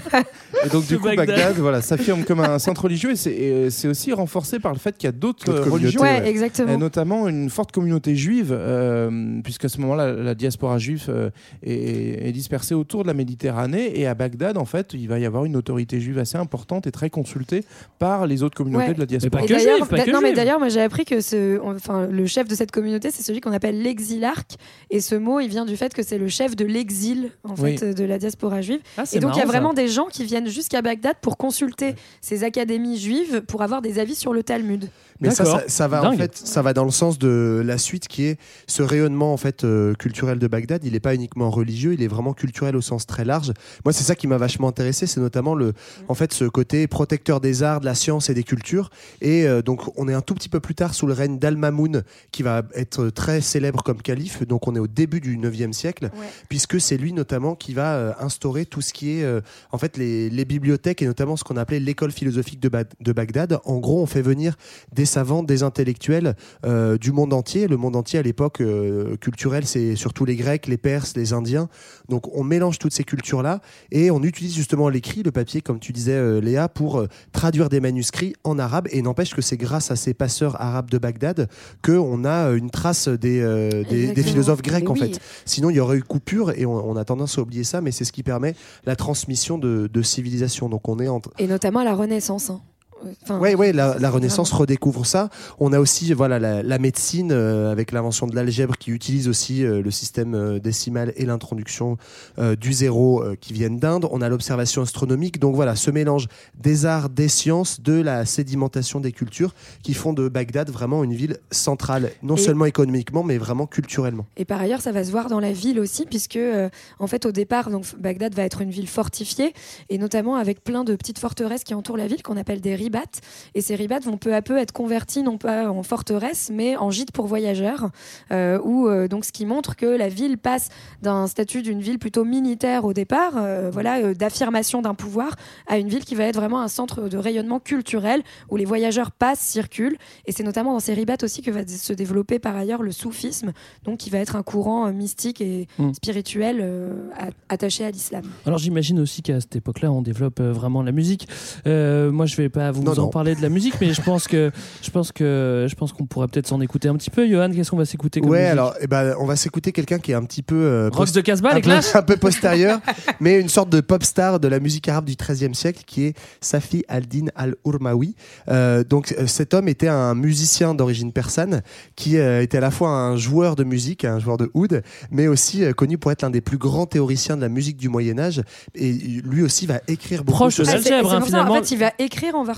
Et donc, du
De
coup,
Bagdad.
Bagdad, voilà, s'affirme comme un centre religieux et c'est, et c'est aussi renforcé par le fait qu'il y a d'autres
D'autres
euh,
communautés,
religions.
Ouais,
ouais.
exactement.
Et notamment une forte communauté juive, euh, puisqu'à ce moment-là, la diaspora juive euh, est, est dispersée autour de la Méditerranée. Et à Bagdad, en fait, il va y avoir une autorité juive assez importante et très consultée par les autres communautés
Ouais.
de la
Mais
diaspora.
pas
Et
que
d'ailleurs,
juif, pas que
non, mais
juif.
d'ailleurs, moi j'ai appris que ce, enfin, le chef de cette communauté, c'est celui qu'on appelle l'exilarque. Et ce mot, il vient du fait que c'est le chef de l'exil, en
Oui.
fait, de la diaspora juive.
Ah, c'est
Et donc il y a
marrant,
vraiment
ça.
des gens qui viennent jusqu'à Bagdad pour consulter ces académies juives pour avoir des avis sur le Talmud.
Mais ça,
D'accord.
ça, ça va en
Dingue.
fait, ça va dans le sens de la suite qui est ce rayonnement en fait euh, culturel de Bagdad. Il n'est pas uniquement religieux, il est vraiment culturel au sens très large. Moi, c'est ça qui m'a vachement intéressé, c'est notamment le, en fait, ce côté protecteur des arts, de la science et des cultures. Et euh, donc, on est un tout petit peu plus tard sous le règne d'Al-Mamoun, qui va être très célèbre comme calife. Donc, on est au début du neuvième siècle,
Ouais.
puisque c'est lui notamment qui va euh, instaurer tout ce qui est, euh, en fait, les, les bibliothèques et notamment ce qu'on appelait l'école philosophique de, Ba- de Bagdad. En gros, on fait venir des savants, des intellectuels euh, du monde entier. Le monde entier à l'époque euh, culturel, c'est surtout les Grecs, les Perses, les Indiens. Donc on mélange toutes ces cultures-là et on utilise justement l'écrit, le papier, comme tu disais euh, Léa, pour euh, traduire des manuscrits en arabe. Et n'empêche que c'est grâce à ces passeurs arabes de Bagdad qu'on a euh, une trace des, euh, des, des
Exactement.
philosophes grecs
Mais
en
oui.
fait. Sinon il y aurait eu coupure et on, on a tendance à oublier ça, mais c'est ce qui permet la transmission de, de civilisation. Donc on est entre
Et notamment à la Renaissance. Hein. Enfin,
Oui, ouais, la, la Renaissance
vraiment.
redécouvre ça. On a aussi voilà, la, la médecine euh, avec l'invention de l'algèbre qui utilise aussi euh, le système euh, décimal et l'introduction euh, du zéro euh, qui viennent d'Inde. On a l'observation astronomique. Donc voilà, ce mélange des arts, des sciences, de la sédimentation des cultures qui font de Bagdad vraiment une ville centrale, non
Et-
seulement économiquement, mais vraiment culturellement.
Et par ailleurs, ça va se voir dans la ville aussi, puisque euh, en fait, au départ, donc Bagdad va être une ville fortifiée, et notamment avec plein de petites forteresses qui entourent la ville, qu'on appelle des ribats. Et ces ribats vont peu à peu être convertis non pas en forteresses, mais en gîtes pour voyageurs, euh, où euh, donc ce qui montre que la ville passe d'un statut d'une ville plutôt militaire au départ, euh, voilà, euh, d'affirmation d'un pouvoir, à une ville qui va être vraiment un centre de rayonnement culturel où les voyageurs passent, circulent. Et c'est notamment dans ces ribats aussi que va se développer par ailleurs le soufisme, donc qui va être un courant euh, mystique et
Mm.
spirituel euh, a- attaché à l'islam.
Alors j'imagine aussi qu'à cette époque-là, on développe euh, vraiment la musique. Euh, moi, je vais pas vous
Non,
en
non.
parler de la musique, mais je pense que je pense que je pense qu'on pourrait peut-être s'en écouter un petit peu. Johan, qu'est-ce qu'on va s'écouter comme
Ouais,
musique
alors eh ben, on va s'écouter quelqu'un qui est un petit peu euh,
Rox de Casbah,
un
les
peu,
Clash
un peu postérieur, mais une sorte de pop star de la musique arabe du treizième siècle qui est Safi al-Din al-Urmawi. Euh, donc euh, cet homme était un musicien d'origine persane qui euh, était à la fois un joueur de musique, un joueur de oud, mais aussi euh, connu pour être l'un des plus grands théoriciens de la musique du Moyen-Âge. Et lui aussi va écrire beaucoup
Proche
de
de
Ah, c'est-
l'algèbre,
c'est
hein,
pour ça,
finalement.
en fait, il va écrire, on va retrouver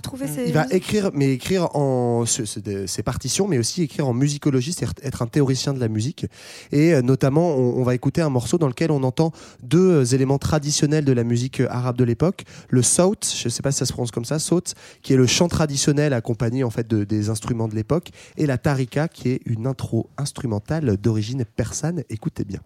trouver ses...
Il va écrire, mais écrire en ses partitions, mais aussi écrire en musicologie, c'est-à-dire être un théoricien de la musique. Et euh, notamment, on, on va écouter un morceau dans lequel on entend deux euh, éléments traditionnels de la musique euh, arabe de l'époque. Le sawt, je ne sais pas si ça se prononce comme ça, sawt, qui est le chant traditionnel accompagné en fait de, des instruments de l'époque, et la tarika, qui est une intro instrumentale d'origine persane. Écoutez bien.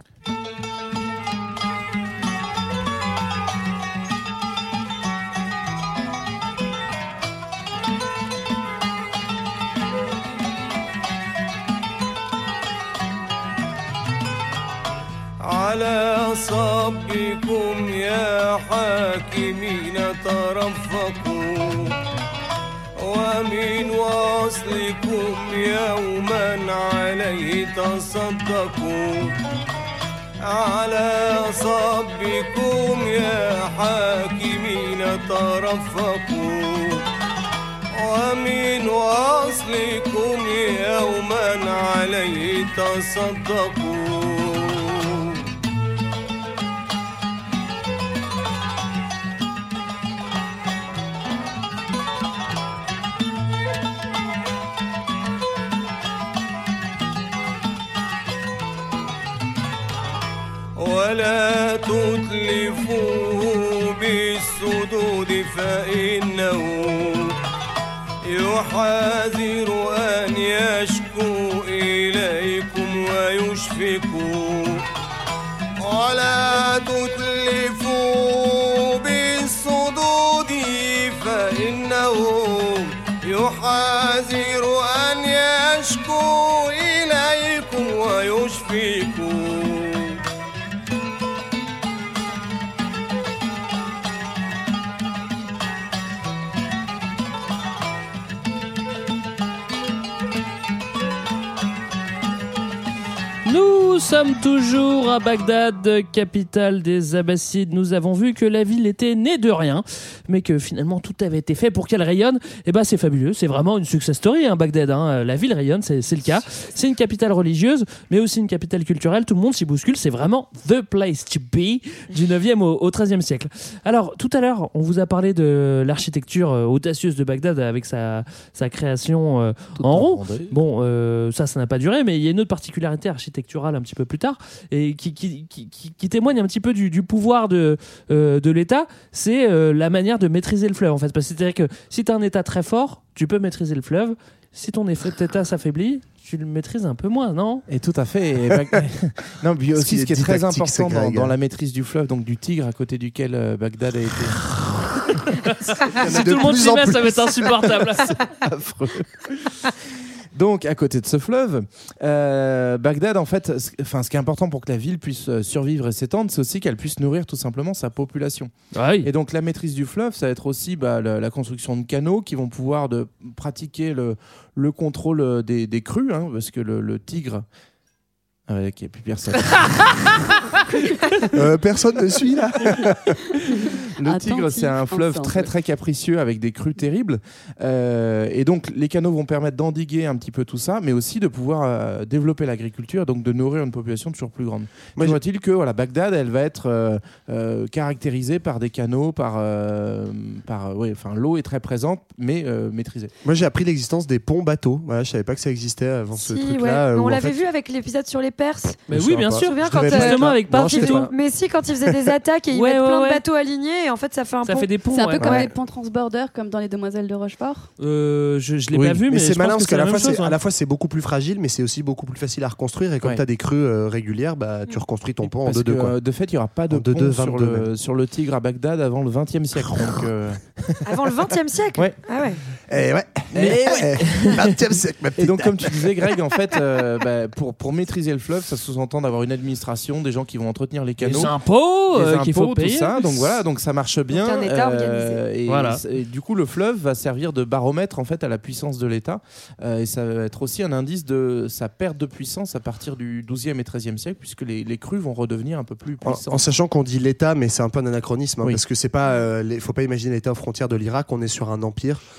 على صبكم يا حاكمين ترفقوا ومن وصلكم يوما عليه تصدقوا على صبكم يا حاكمين ترفقوا ومن وصلكم يوما عليه تصدقوا ولا تتلفوه بالسدود فإنه يحاذر أن يشكو إليكم ويشفقوا ولا تتلفوه بالسدود فإنه يحاذر أن يشكو إليكم ويشفقوا
Nous sommes toujours à Bagdad, capitale des Abbassides. Nous avons vu que la ville était née de rien, mais que finalement tout avait été fait pour qu'elle rayonne. Et ben c'est fabuleux, c'est vraiment une success story, hein, Bagdad. Hein. La ville rayonne, c'est, c'est le cas. C'est une capitale religieuse, mais aussi une capitale culturelle. Tout le monde s'y bouscule. C'est vraiment the place to be du neuvième au, au treizième siècle. Alors tout à l'heure, on vous a parlé de l'architecture euh, audacieuse de Bagdad avec sa, sa création euh, en rond. Bon, euh, ça, ça n'a pas duré, mais il y a une autre particularité architecturale un petit peu plus tard et qui, qui, qui, qui, qui témoigne un petit peu du, du pouvoir de, euh, de l'État, c'est euh, la manière de maîtriser le fleuve en fait. Parce que c'est-à-dire que si tu as un État très fort, tu peux maîtriser le fleuve. Si ton État s'affaiblit, tu le maîtrises un peu moins, non ?
Et tout à fait. Et Bag... non, puis aussi, ce qui est, est très important dans, dans la maîtrise du fleuve, donc du Tigre à côté duquel euh, Bagdad a été.
Si tout le monde s'y met, ça va être insupportable.
C'est affreux. Donc, à côté de ce fleuve, euh, Bagdad, en fait, c- enfin, ce qui est important pour que la ville puisse euh, survivre et s'étendre, c'est aussi qu'elle puisse nourrir tout simplement sa population.
Ah oui.
Et donc, la maîtrise du fleuve, ça va être aussi bah, la, la construction de canaux qui vont pouvoir de, pratiquer le, le contrôle des, des crues, hein, parce que le, le Tigre... Ah ouais, ok, plus personne.
euh, personne ne suit là.
Le Tigre, c'est un fleuve ensemble. très très capricieux avec des crues terribles. Euh, et donc, les canaux vont permettre d'endiguer un petit peu tout ça, mais aussi de pouvoir euh, développer l'agriculture, donc de nourrir une population toujours plus grande. Moi, je vois-t-il que voilà, Bagdad, elle va être euh, euh, caractérisée par des canaux, par, euh, par ouais, enfin, l'eau est très présente, mais euh, maîtrisée.
Moi, j'ai appris l'existence des ponts bateaux. Voilà, je savais pas que ça existait avant si, ce truc-là.
Ouais.
Euh,
on l'avait
en fait...
vu avec l'épisode sur les Perses.
Mais oui, bien sûr.
Je quand
justement avec Partitou.
Mais si, quand ils faisaient des attaques et ils
ouais,
mettent
ouais,
plein
ouais.
de bateaux alignés, et en fait, ça fait un
ça
pont.
Fait des ponts,
c'est un peu
ouais.
comme
ouais.
les ponts transborder, comme dans les Demoiselles de Rochefort.
Euh, je je l'ai
oui.
pas vu, mais,
mais c'est
je
malin
pense
parce qu'à la,
chose,
hein.
à
la fois c'est beaucoup plus fragile, mais c'est aussi beaucoup plus facile à reconstruire. Et comme ouais. tu as des crues euh, régulières, bah, tu reconstruis ton pont
parce
en deux deux.
Euh, de fait, il n'y aura pas de pont deux, sur, le, sur le Tigre à Bagdad avant le vingtième siècle. Donc, euh...
Avant le vingtième siècle.
Ouais.
Ah ouais.
Et ouais.
Mais
ouais. vingtième siècle, ma petite.
Et donc, comme tu disais, Greg, en fait, euh, bah, pour, pour maîtriser le fleuve, ça sous-entend d'avoir une administration, des gens qui vont entretenir les canaux.
Des impôts,
des
euh,
impôts
qu'il faut payer.
tout ça. Donc voilà, donc ça marche bien.
Donc un État
euh,
organisé.
Et,
voilà.
et du coup, le fleuve va servir de baromètre en fait à la puissance de l'État. Euh, et ça va être aussi un indice de sa perte de puissance à partir du douzième et treizième siècle, puisque les, les crues vont redevenir un peu plus puissantes.
En, en sachant qu'on dit l'État, mais c'est un peu un anachronisme, hein,
oui.
parce que c'est pas, il euh, faut pas imaginer l'État aux frontières de l'Irak. On est sur un empire où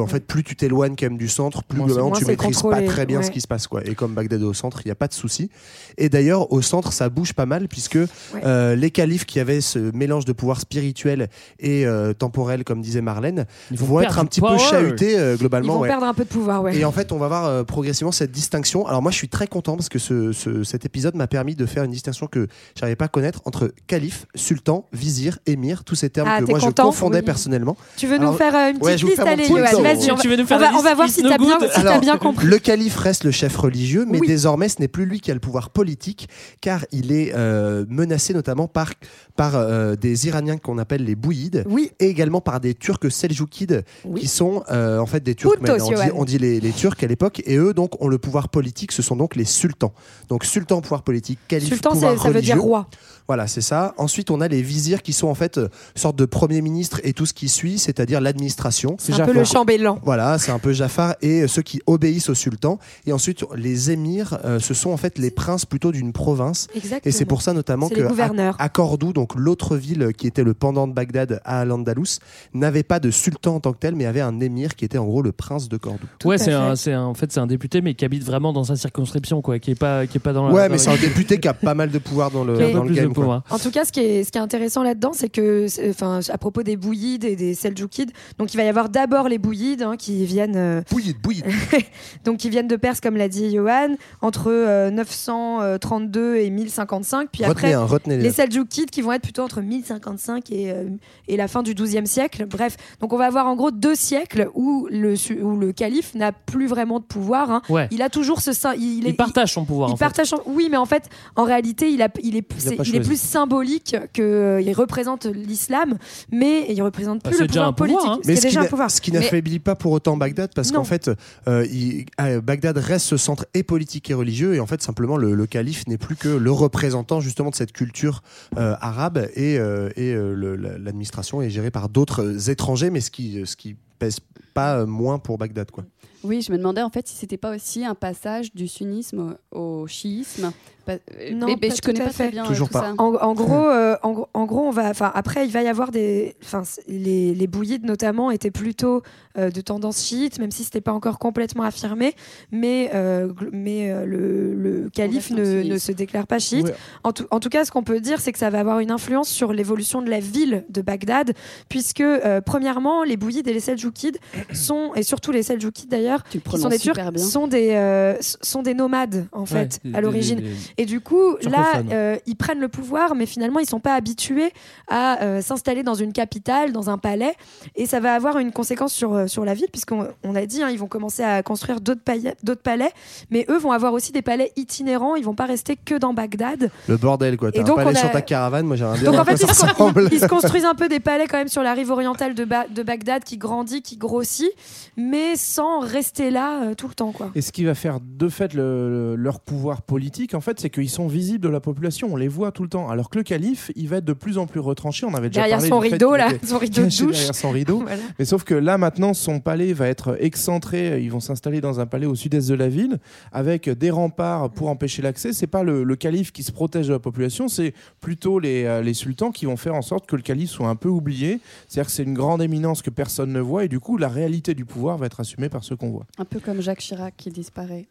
en fait, plus tu t'éloignes quand même du centre, plus
Moins
globalement
c'est-
tu
moins c'est
maîtrises
contrôlé,
pas très bien
ouais.
ce qui se passe, quoi. Et comme Bagdad est au centre, il n'y a pas de souci. Et d'ailleurs, au centre, ça bouge pas mal puisque euh, les califes qui avaient ce mélange de pouvoir spirituel et euh, temporel, comme disait Marlène,
Ils vont
vont être
perdre
un
du
petit peu
power.
chahutés euh,
Ils
globalement.
vont
ouais.
perdre un peu de pouvoir, ouais.
Et en fait, on va voir euh, progressivement cette distinction. Alors moi, je suis très content parce que ce, ce- cet épisode m'a permis de faire une distinction que j'arrivais pas à connaître entre calife, sultan, vizir, émir, tous ces termes
Ah,
que
t'es
moi
content,
je confondais
oui.
personnellement.
Tu veux
Alors,
nous faire euh, une petite
ouais, je vais vous
liste,
faire mon
allez,
petit
Johan,
tour.
vas-y. On,
Tu veux nous faire
on va,
la
on va
liste
voir
It's
si
no
t'as bien,
good
si t'as
Alors,
bien compris.
Le calife reste le chef religieux, mais
Oui.
désormais, ce n'est plus lui qui a le pouvoir politique, car il est euh, menacé notamment par, par euh, des Iraniens qu'on appelle les Bouyides,
Oui.
et également par des Turcs seljukides,
Oui.
qui sont euh, en fait des Turcs,
Puntos,
mais on dit,
Johan.
on dit les, les Turcs à l'époque, et eux donc ont le pouvoir politique, ce sont donc les sultans. Donc sultan, pouvoir politique, calife,
Sultan,
pouvoir
c'est- ça veut
religieux.
dire roi.
Voilà, c'est ça. Ensuite, on a les vizirs qui sont en fait euh, sorte de premier ministre et tout ce qui suit, c'est-à-dire l'administration.
C'est un peu le chambellan.
Voilà, c'est un peu Jafar et euh, ceux qui obéissent au sultan. Et ensuite, les émirs, euh, ce sont en fait les princes plutôt d'une province.
Exactement.
Et c'est pour ça notamment
C'est
que
les gouverneurs.
à, à Cordoue, donc l'autre ville qui était le pendant de Bagdad à Al-Andalus, n'avait pas de sultan en tant que tel, mais avait un émir qui était en gros le prince de Cordoue.
Ouais,
à
c'est
fait.
un, c'est un- en fait c'est un député mais qui habite vraiment dans sa circonscription quoi, qui est pas qui est pas dans la.
Ouais,
dans
mais
la-
c'est un député qui a pas mal de pouvoir dans le,
Qui a un peu
dans le
plus de
game. quoi.
pouvoir.
En tout cas, ce qui est, ce qui est intéressant là-dedans, c'est que, c'est- enfin, à propos des Bouyides et des Seljoukides, donc il va y avoir d'abord les Bouyides hein, qui viennent, euh,
Bouillide, bouillide.
donc qui viennent de Perse, comme l'a dit Johan, entre euh, neuf cent trente-deux et mille cinquante-cinq. Puis
Retenez,
après,
hein, retenez
les Seljoukides qui vont être plutôt entre mille cinquante-cinq et, euh, et la fin du douzième siècle. Bref, donc on va avoir en gros deux siècles où le, su- où le calife n'a plus vraiment de pouvoir. hein.
Ouais.
Il a toujours ce... sy- Il,
Il
est-
partage son pouvoir.
il
en fait.
partage son- Oui, mais en fait, en réalité, il, a, il, est, c'est-
pas
il est
choisi.
plus symbolique qu'il représente l'islam, mais il représente
Ah,
plus
c'est
le
déjà
pouvoir
un pouvoir,
politique.
hein.
Ce
Mais
qui est
ce qui
déjà un
n'a-
pouvoir.
ce qui
Mais-
n'affaiblit pas pour autant Bagdad, parce
Non.
qu'en fait, euh, il- euh, Bagdad reste ce centre et politique et religieux, et en fait, simplement, le, le calife n'est plus que le représentant justement de cette culture euh, arabe, et, euh, et euh, le- la- l'administration est gérée par d'autres euh, étrangers, mais ce qui, ce qui pèse pas euh, moins pour Bagdad, quoi.
Oui, je me demandais en fait si c'était pas aussi un passage du sunnisme au, au chiisme. Pas-
Non,
mais, mais
pas
je
tout
connais
à
pas
fait.
très bien euh,
Toujours
tout
pas.
ça.
En, en gros, euh, en, gros- en gros, on va. Enfin, après, il va y avoir des. Enfin, c- les, les Bouyides notamment étaient plutôt euh, de tendance chiite, même si c'était pas encore complètement affirmé. Mais, euh, gl- mais euh, le, le calife
reste un
ne,
sunnite.
ne se déclare pas chiite.
Ouais.
En, tout, en tout cas, ce qu'on peut dire, c'est que ça va avoir une influence sur l'évolution de la ville de Bagdad, puisque euh, premièrement, les Bouyides et les Seljoukides sont, et surtout les Seljoukides d'ailleurs,
Tu le
qui sont
prononces
des Turcs,
super bien.
sont des euh, s- sont des nomades en fait
Ouais,
à l'origine.
des- des-
Et du coup, là,
Turcophones.
euh, ils prennent le pouvoir, mais finalement, ils sont pas habitués à euh, s'installer dans une capitale, dans un palais. Et ça va avoir une conséquence sur, euh, sur la ville, puisqu'on on a dit, hein, ils vont commencer à construire d'autres palais, d'autres palais. Mais eux vont avoir aussi des palais itinérants. Ils vont pas rester que dans Bagdad.
Le bordel, quoi. T'as
Et
un
donc,
palais
on a-
sur ta caravane, moi j'aimerais bien
Donc en
voir à
fait,
quoi
ils
ça
se,
ressemble.
ils se construisent un peu des palais quand même sur la rive orientale de, Ba- de Bagdad, qui grandit, qui grossit, mais sans rester là euh, tout le temps, quoi.
Et ce qui va faire de fait le- le- leur pouvoir politique, en fait, c'est qu'ils sont visibles de la population. On les voit tout le temps. Alors que le calife, il va être de plus en plus retranché. On avait déjà
Derrière
parlé
son
du fait
rideau,
qu'il
là,
était
son rideau de
caché
douche.
derrière son rideau.
Voilà.
Mais sauf que là, maintenant, son palais va être excentré. Ils vont s'installer dans un palais au sud-est de la ville, avec des remparts pour empêcher l'accès. C'est pas le, le calife qui se protège de la population, c'est plutôt les, euh, les sultans qui vont faire en sorte que le calife soit un peu oublié. C'est-à-dire que c'est une grande éminence que personne ne voit, et du coup, la réalité du pouvoir va être assumée par ceux qu'on voit.
Un peu comme Jacques Chirac qui disparaît.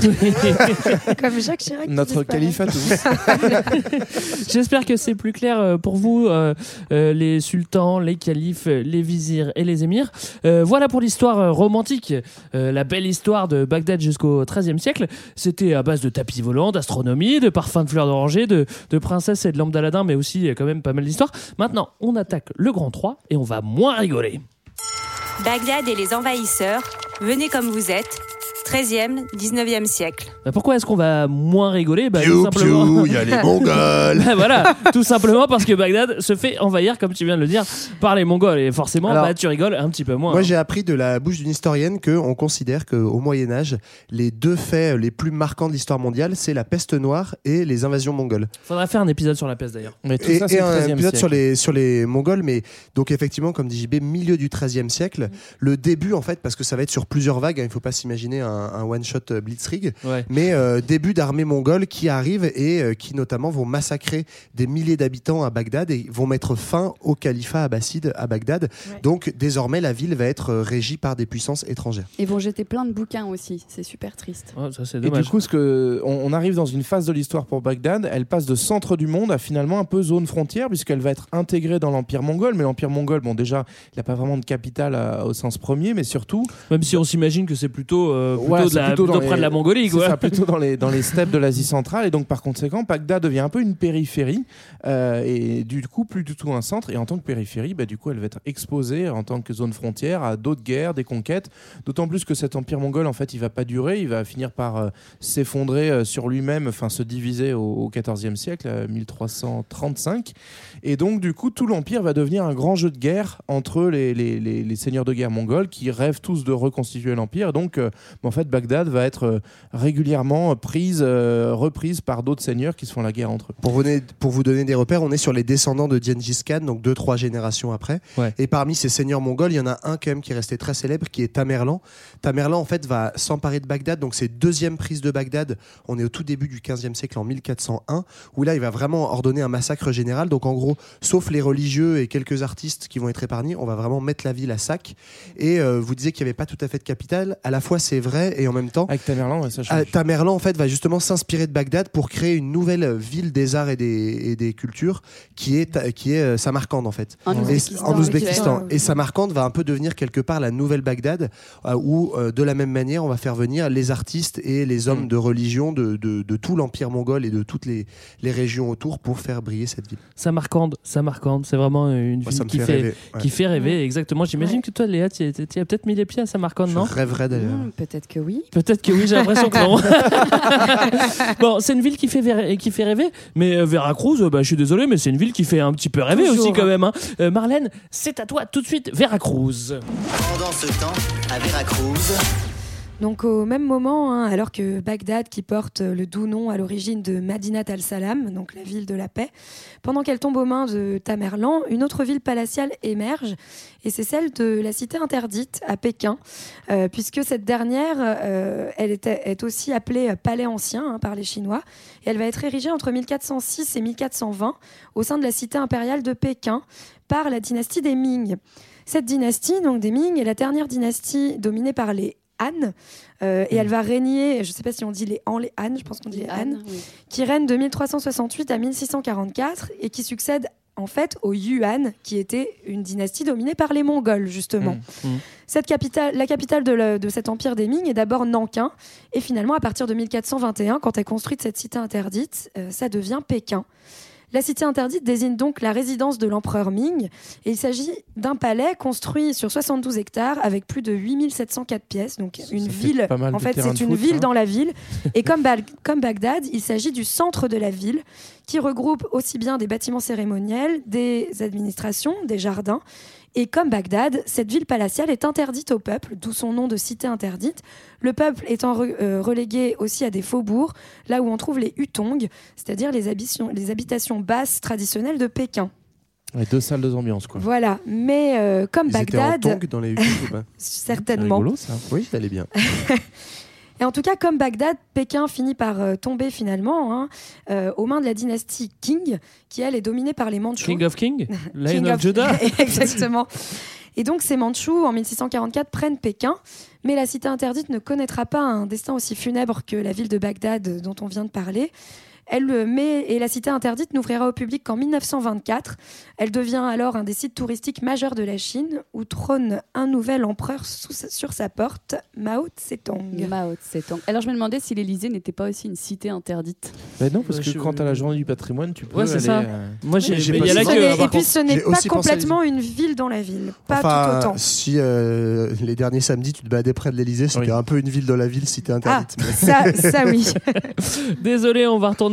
Comme Jacques Chirac. qui
Notre
disparaît.
calife à tous.
J'espère que c'est plus clair euh, pour vous, euh, euh, les sultans, les califes, les vizirs et les émirs. Euh, voilà pour l'histoire euh, romantique, euh, la belle histoire de Bagdad jusqu'au treizième siècle. C'était à base de tapis volants, d'astronomie, de parfums de fleurs d'oranger, de, de princesses et de lampes d'Aladin, mais aussi euh, quand même pas mal d'histoires. Maintenant, on attaque le grand trois et on va moins rigoler.
Bagdad et les envahisseurs, venez comme vous êtes, treizième, dix-neuvième siècle.
Bah, pourquoi est-ce qu'on va moins rigoler bah,
Piou,
tout simplement...
piou, y a les Mongols.
Bah, voilà, tout simplement parce que Bagdad se fait envahir, comme tu viens de le dire, par les Mongols. Et forcément,
Alors,
bah, tu rigoles un petit peu moins.
Moi,
hein.
j'ai appris de la bouche d'une historienne qu'on considère qu'au Moyen-Âge, les deux faits les plus marquants de l'histoire mondiale, c'est la peste noire et les invasions mongoles.
Faudrait faire un épisode sur la peste d'ailleurs.
Mais tout
Et,
ça,
et
c'est le
un
treizième
épisode
siècle.
sur les, sur les Mongols, mais donc effectivement, comme dit J B, milieu du treizième siècle, le début en fait, parce que ça va être sur plusieurs vagues, hein, il ne faut pas s'imaginer un, un one-shot Blitzkrieg,
ouais.
mais euh, début d'armée mongole qui arrivent et euh, qui notamment vont massacrer des milliers d'habitants à Bagdad et vont mettre fin au califat abbasside à Bagdad. Ouais. Donc désormais la ville va être régie par des puissances étrangères.
Et vont jeter plein de bouquins aussi, c'est super triste.
Oh, ça, c'est
et du coup, ce que, on, on arrive dans une phase de l'histoire pour Bagdad, elle passe de centre du monde à finalement un peu zone frontière, puisqu'elle va être intégrée dans l'Empire mongol, mais l'Empire mongol, bon déjà, il n'a pas vraiment de capitale à, au sens premier, mais surtout...
Même si on s'imagine que c'est plutôt, euh, plutôt,
ouais,
de la,
plutôt,
plutôt
les,
près de la Mongolie.
C'est
quoi.
ça, plutôt dans les, dans les steppes de l'Asie centrale, et donc par conséquent, Bagdad devient un peu une périphérie, euh, et du coup, plus du tout un centre, et en tant que périphérie, bah, du coup, elle va être exposée en tant que zone frontière à d'autres guerres, des conquêtes, d'autant plus que cet empire mongol, en fait, il va pas durer, il va finir par euh, s'effondrer euh, sur lui-même, enfin se diviser au, au quatorzième siècle, à mille trois cent trente-cinq, et donc du coup, tout l'empire va devenir un grand jeu de guerre entre les, les, les, les seigneurs de guerre mongols qui rêvent tous de reconstituer l'empire, donc euh, en fait, Bagdad va être euh, régulièrement prise, euh, reprise par d'autres seigneurs qui se font la guerre entre eux.
Pour vous, donner, pour vous donner des repères, on est sur les descendants de Gengis Khan, donc deux, trois générations après,
ouais.
Et parmi ces seigneurs mongols, il y en a un quand même qui est resté très célèbre, qui est Tamerlan. Tamerlan, en fait, va s'emparer de Bagdad, donc c'est deuxième prise de Bagdad. On est au tout début du quinzième siècle, en mille quatre cent un, où là, il va vraiment ordonner un massacre général. Donc, en gros, sauf les religieux et quelques artistes qui vont être épargnés, on va vraiment mettre la ville à sac. Et euh, vous disiez qu'il n'y avait pas tout à fait de capitale. À la fois, c'est vrai, et en même temps...
Avec Tamerlan, ouais, ça change.
Euh, Tamerlan, en fait, va justement s'inspirer de Bagdad pour créer une nouvelle ville des arts et des, et des cultures, qui est, qui est euh, Samarcande, en fait.
En
et,
Ouzbékistan.
En Ouzbékistan.
Ouais.
Et Samarcande va un peu devenir quelque part la nouvelle Bagdad, euh, où euh, de la même manière on va faire venir les artistes et les hommes mmh. de religion de, de, de tout l'empire mongol et de toutes les, les régions autour pour faire briller cette ville.
Samarcande, Samarcande, c'est vraiment une
Moi,
ville
qui
fait,
fait rêver, ouais.
qui fait rêver, exactement. J'imagine
ouais.
que toi, Léa, tu as peut-être mis les pieds à Samarcande, non ?
Je rêverais d'ailleurs.
Mmh, peut-être que oui.
Peut-être que oui, j'ai l'impression que non. Bon, c'est une ville qui fait, ver- qui fait rêver, mais euh, Veracruz, euh, bah, je suis désolé, mais c'est une ville qui fait un petit peu rêver Toujours. aussi quand même. Hein. Euh, Marlène, c'est à toi tout de suite, Veracruz.
Pendant ce temps, à Veracruz...
Donc au même moment, hein, alors que Bagdad, qui porte le doux nom à l'origine de Madinat al-Salam, donc la ville de la paix, pendant qu'elle tombe aux mains de Tamerlan, une autre ville palatiale émerge, et c'est celle de la cité interdite à Pékin, euh, puisque cette dernière, euh, elle est, est aussi appelée palais ancien hein, par les Chinois, et elle va être érigée entre mille quatre cent six et mille quatre cent vingt au sein de la cité impériale de Pékin par la dynastie des Ming. Cette dynastie, donc des Ming, est la dernière dynastie dominée par les Han, euh, et elle va régner, je ne sais pas si on dit les Han, les Han, je pense qu'on dit les Han, oui. qui règne de mille trois cent soixante-huit à mille six cent quarante-quatre et qui succède en fait aux Yuan, qui était une dynastie dominée par les Mongols, justement. Mmh, mmh. Cette capitale, la capitale de, le, de cet empire des Ming est d'abord Nankin, et finalement, à partir de mille quatre cent vingt et un, quand est construite cette cité interdite, euh, ça devient Pékin. La cité interdite désigne donc la résidence de l'empereur Ming, et il s'agit d'un palais construit sur soixante-douze hectares avec plus de huit mille sept cent quatre pièces, donc une ça ville. Fait en fait, c'est une foot, ville hein. dans la ville. Et comme, ba- comme Bagdad, il s'agit du centre de la ville qui regroupe aussi bien des bâtiments cérémoniels, des administrations, des jardins. Et comme Bagdad, cette ville palatiale est interdite au peuple, d'où son nom de cité interdite. Le peuple étant re- euh, relégué aussi à des faubourgs, là où on trouve les hutong, c'est-à-dire les, habitions, les habitations basses traditionnelles de Pékin.
Ouais, deux salles, deux ambiances, quoi.
Voilà, mais euh, comme
Ils
Bagdad...
étaient en tongs dans les hutong ou pas ?
Certainement.
C'est rigolo, ça.
Oui, ça allait bien.
Et en tout cas, comme Bagdad, Pékin finit par euh, tomber finalement hein, euh, aux mains de la dynastie Qing, qui elle est dominée par les Mandchous.
King of King, Lion
King
of,
of
Judah.
Exactement. Et donc ces Mandchous, en mille six cent quarante-quatre, prennent Pékin, mais la cité interdite ne connaîtra pas un destin aussi funèbre que la ville de Bagdad dont on vient de parler. Elle met, et la cité interdite n'ouvrira au public qu'en mille neuf cent vingt-quatre. Elle devient alors un des sites touristiques majeurs de la Chine, où trône un nouvel empereur sous, sur sa porte, Mao Tse-tung.
Mao Tse-tung. Alors je me demandais si l'Élysée n'était pas aussi une cité interdite.
Ben non, parce
ouais,
que
je...
quand tu as la journée du patrimoine, tu peux
ouais, c'est
aller...
Ça.
Euh...
Moi, j'ai,
j'ai
mais
pas
y a là
pensé,
que,
et,
et
puis
contre,
ce n'est pas complètement une ville dans la ville, pas
enfin,
tout autant.
Si euh, les derniers samedis, tu te baladais près de l'Élysée, c'était oui. un peu une ville dans la ville, cité interdite.
Ah, mais... ça, ça oui.
Désolé, on va retourner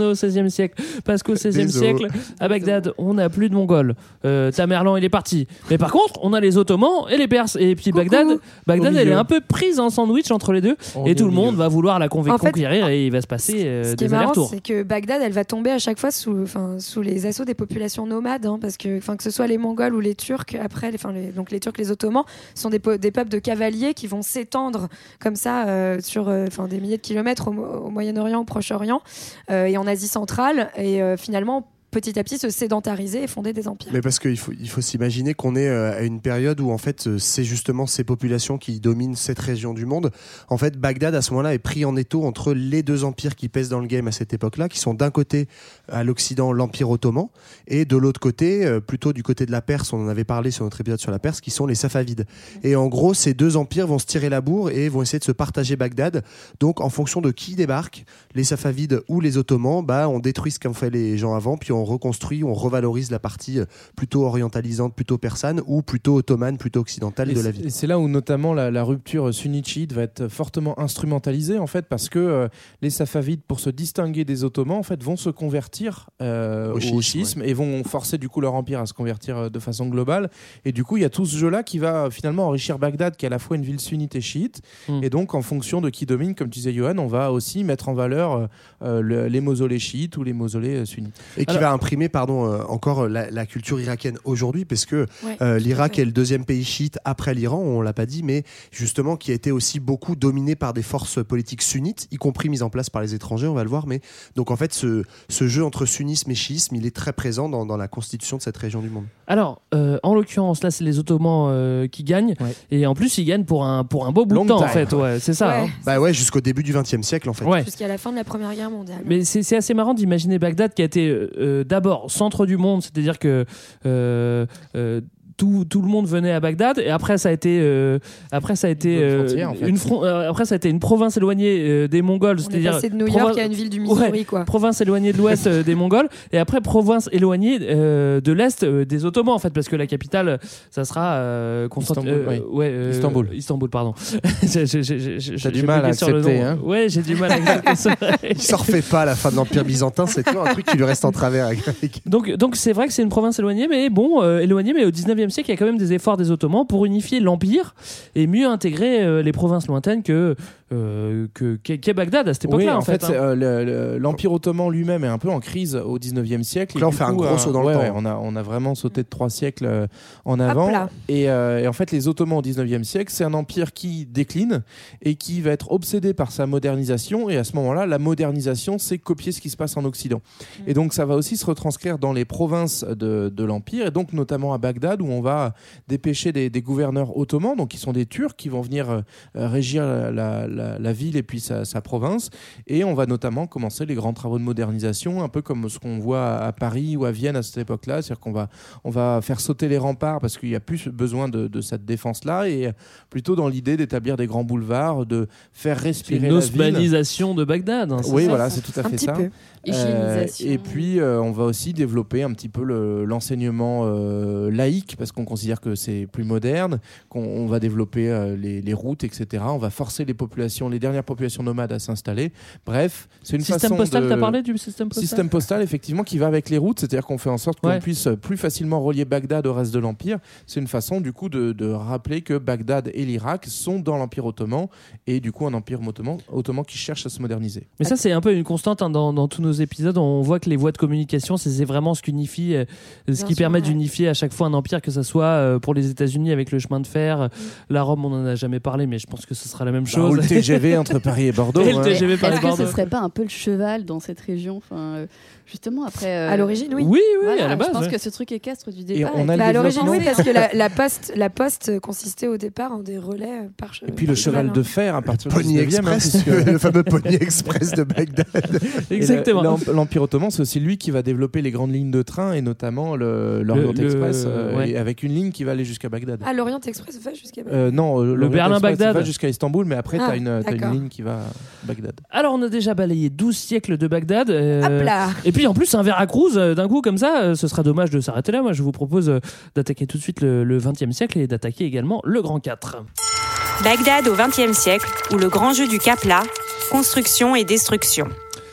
est au seizième siècle. Parce qu'au seizième
Désolé.
siècle, à Bagdad, on n'a plus de Mongols. Euh, Tamerlan, il est parti. Mais par contre, on a les Ottomans et les Perses. Et puis Bagdad, Bagdad elle est un peu prise en sandwich entre les deux.
On
et tout
est
le
au
monde
milieu.
va vouloir la conv-
En fait,
conquérir et il va se passer euh,
Ce qui est
des
marrant,
allers-retours.
c'est que Bagdad, elle va tomber à chaque fois sous, enfin, sous les assauts des populations nomades, hein, parce que, enfin, que ce soit les Mongols ou les Turcs, après, les, enfin, les, donc les Turcs, les Ottomans, sont des, po- des peuples de cavaliers qui vont s'étendre comme ça euh, sur, euh, enfin, des milliers de kilomètres au, au Moyen-Orient, au Proche-Orient euh, et en Asie centrale, et euh, finalement petit à petit se sédentariser et fonder des empires.
Mais parce qu'il faut, il faut s'imaginer qu'on est euh, à une période où en fait euh, c'est justement ces populations qui dominent cette région du monde. En fait, Bagdad à ce moment-là est pris en étau entre les deux empires qui pèsent dans le game à cette époque-là, qui sont d'un côté à l'Occident l'Empire ottoman et de l'autre côté, euh, plutôt du côté de la Perse, on en avait parlé sur notre épisode sur la Perse, qui sont les Safavides. Et en gros, ces deux empires vont se tirer la bourre et vont essayer de se partager Bagdad. Donc en fonction de qui débarque, les Safavides ou les Ottomans, bah, on détruit ce qu'ont fait les gens avant, puis on on reconstruit, on revalorise la partie plutôt orientalisante, plutôt persane ou plutôt ottomane, plutôt occidentale
et
de la ville.
Et c'est là où notamment la, la rupture sunnite-chiite va être fortement instrumentalisée en fait, parce que euh, les Safavides, pour se distinguer des Ottomans, en fait, vont se convertir euh, au, au schisme ouais. et vont forcer du coup leur empire à se convertir euh, de façon globale. Et du coup, il y a tout ce jeu-là qui va finalement enrichir Bagdad, qui est à la fois une ville sunnite et chiite. Mm. Et donc, en fonction de qui domine, comme tu disais, Johan, on va aussi mettre en valeur euh, le, les mausolées chiites ou les mausolées euh, sunnites.
Et qui Alors, va imprimer pardon, euh, encore la, la culture irakienne aujourd'hui, parce que
ouais,
euh, l'Irak est le deuxième pays chiite après l'Iran, on l'a pas dit, mais justement qui a été aussi beaucoup dominé par des forces politiques sunnites, y compris mises en place par les étrangers, on va le voir. Mais donc en fait, ce, ce jeu entre sunnisme et chiisme, il est très présent dans, dans la constitution de cette région du monde.
Alors, euh, en l'occurrence, là, c'est les Ottomans euh, qui gagnent, ouais. et en plus, ils gagnent pour un, pour un beau bout Long de temps, time. en fait. Ouais, c'est ça.
Ouais.
Hein.
Bah ouais, jusqu'au début du vingtième siècle, en fait.
Ouais.
Jusqu'à la fin de la Première Guerre mondiale.
Mais c'est, c'est assez marrant d'imaginer Bagdad qui a été euh, d'abord centre du monde, c'est-à-dire que euh, euh, tout, tout le monde venait à Bagdad, et après ça a été euh, après ça a été euh, une, en fait. une fron- euh, après ça a été une province éloignée euh, des Mongols,
on
c'est-à-dire
est passé de New York provi- à une ville du Missouri,
ouais,
quoi.
Province éloignée de l'ouest euh, des Mongols, et après province éloignée euh, de l'est euh, des Ottomans en fait, parce que la capitale ça sera euh, Constant-
Istanbul,
euh,
oui.
ouais, euh,
Istanbul.
Istanbul, pardon. j'ai, j'ai, j'ai, j'ai,
T'as du mal à accepter, hein.
Ouais, j'ai du mal à accepter ça.
Il s'en refait pas à la fin de l'Empire byzantin, c'est toujours un truc qui lui reste en travers.
donc, donc c'est vrai que c'est une province éloignée, mais bon, euh, éloignée, mais au dixneuvième siècle, il y a quand même des efforts des Ottomans pour unifier l'empire et mieux intégrer euh, les provinces lointaines que euh, que qu'est Bagdad à cette époque-là.
Oui, en,
en
fait,
fait hein.
euh, le, le, l'empire ottoman lui-même est un peu en crise au dix-neuvième siècle.
Là, on fait
coup,
un gros saut dans
euh,
le
ouais,
temps.
Ouais, on a on a vraiment sauté de trois siècles euh, en avant. Et, euh, et en fait, les Ottomans au dix-neuvième siècle, c'est un empire qui décline et qui va être obsédé par sa modernisation. Et à ce moment-là, la modernisation, c'est copier ce qui se passe en Occident. Mmh. Et donc, ça va aussi se retranscrire dans les provinces de, de l'empire, et donc notamment à Bagdad, où on va dépêcher des, des gouverneurs ottomans, donc qui sont des Turcs, qui vont venir euh, régir la, la, la, la ville et puis sa, sa province. Et on va notamment commencer les grands travaux de modernisation, un peu comme ce qu'on voit à Paris ou à Vienne à cette époque-là. C'est-à-dire qu'on va, on va faire sauter les remparts parce qu'il n'y a plus besoin de, de cette défense-là, et plutôt dans l'idée d'établir des grands boulevards, de faire respirer
c'est une
la
osmanisation
ville.
de Bagdad. Hein,
oui,
ça,
voilà, c'est tout à fait ça. Euh, et puis, euh, on va aussi développer un petit peu le, l'enseignement euh, laïque, parce qu'on considère que c'est plus moderne, qu'on on va développer euh, les, les routes, et cetera. On va forcer les populations, les dernières populations nomades à s'installer. Bref, c'est une
système
façon
postal,
de...
t'as parlé du système postal ?
Système postal, effectivement, qui va avec les routes, c'est-à-dire qu'on fait en sorte qu'on
ouais.
puisse plus facilement relier Bagdad au reste de l'Empire. C'est une façon, du coup, de, de rappeler que Bagdad et l'Irak sont dans l'Empire ottoman, et du coup, un empire ottoman, ottoman qui cherche à se moderniser.
Mais ça, c'est un peu une constante hein, dans, dans tous nos épisodes. On voit que les voies de communication, c'est, c'est vraiment ce qu'unifie, euh, ce
Bien
qui
sûr,
permet
ouais.
d'unifier à chaque fois un empire, que ce soit euh, pour les États-Unis avec le chemin de fer, mmh. la Rome, on n'en a jamais parlé, mais je pense que ce sera la même chose.
Bah, ou le T G V entre Paris et Bordeaux.
Et le T G V
hein.
Paris
Est-ce que
Bordeaux.
ce serait pas un peu le cheval dans cette région, enfin, euh, justement après. Euh...
À l'origine, oui.
Oui, oui,
voilà,
à la base.
Je pense
ouais.
que ce truc équestre du départ.
Et on a
bah, à l'origine, oui, parce que la,
hein.
la poste, la poste consistait au départ en des relais par.
Et puis le cheval de fer à partir du
Pony Express, hein, le fameux Pony Express de Bagdad.
Exactement.
Le, l'Empire ottoman, c'est aussi lui qui va développer les grandes lignes de train, et notamment le, l'Orient
le,
Express,
le,
euh,
ouais.
et avec une ligne qui va aller jusqu'à Bagdad.
Ah, l'Orient Express va jusqu'à Bagdad.
Euh, non, euh,
le Berlin-Bagdad
va jusqu'à Istanbul, mais après,
ah,
t'as, une, t'as une ligne qui va à Bagdad.
Alors, on a déjà balayé douze siècles de Bagdad. Euh,
Hop là.
Et puis, en plus, un Veracruz, euh, d'un coup, comme ça, euh, ce sera dommage de s'arrêter là. Moi, je vous propose euh, d'attaquer tout de suite le, le vingtième siècle et d'attaquer également le Grand quatre.
Bagdad au vingtième siècle, ou le grand jeu du Kapla, construction et destruction.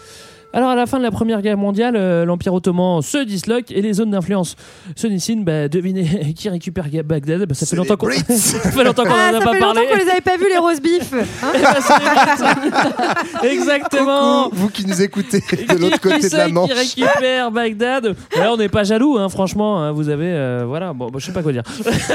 Alors à la fin de la Première Guerre mondiale, euh, l'Empire ottoman se disloque et les zones d'influence se dessinent. Bah, devinez qui récupère Bagdad. Bah, ça, fait longtemps qu'on... ça fait longtemps qu'on
ah,
en a
ça
pas
fait
parlé.
longtemps qu'on les avait pas vus les roast beef. Hein
Eh ben, c'est exactement.
Coucou, vous qui nous écoutez de
Qui-
l'autre
qui
côté de
c'est
la Manche.
qui récupère Bagdad. Là, on n'est pas jaloux, hein, franchement. Hein, vous avez, euh, voilà. Bon, bah, je sais pas quoi dire.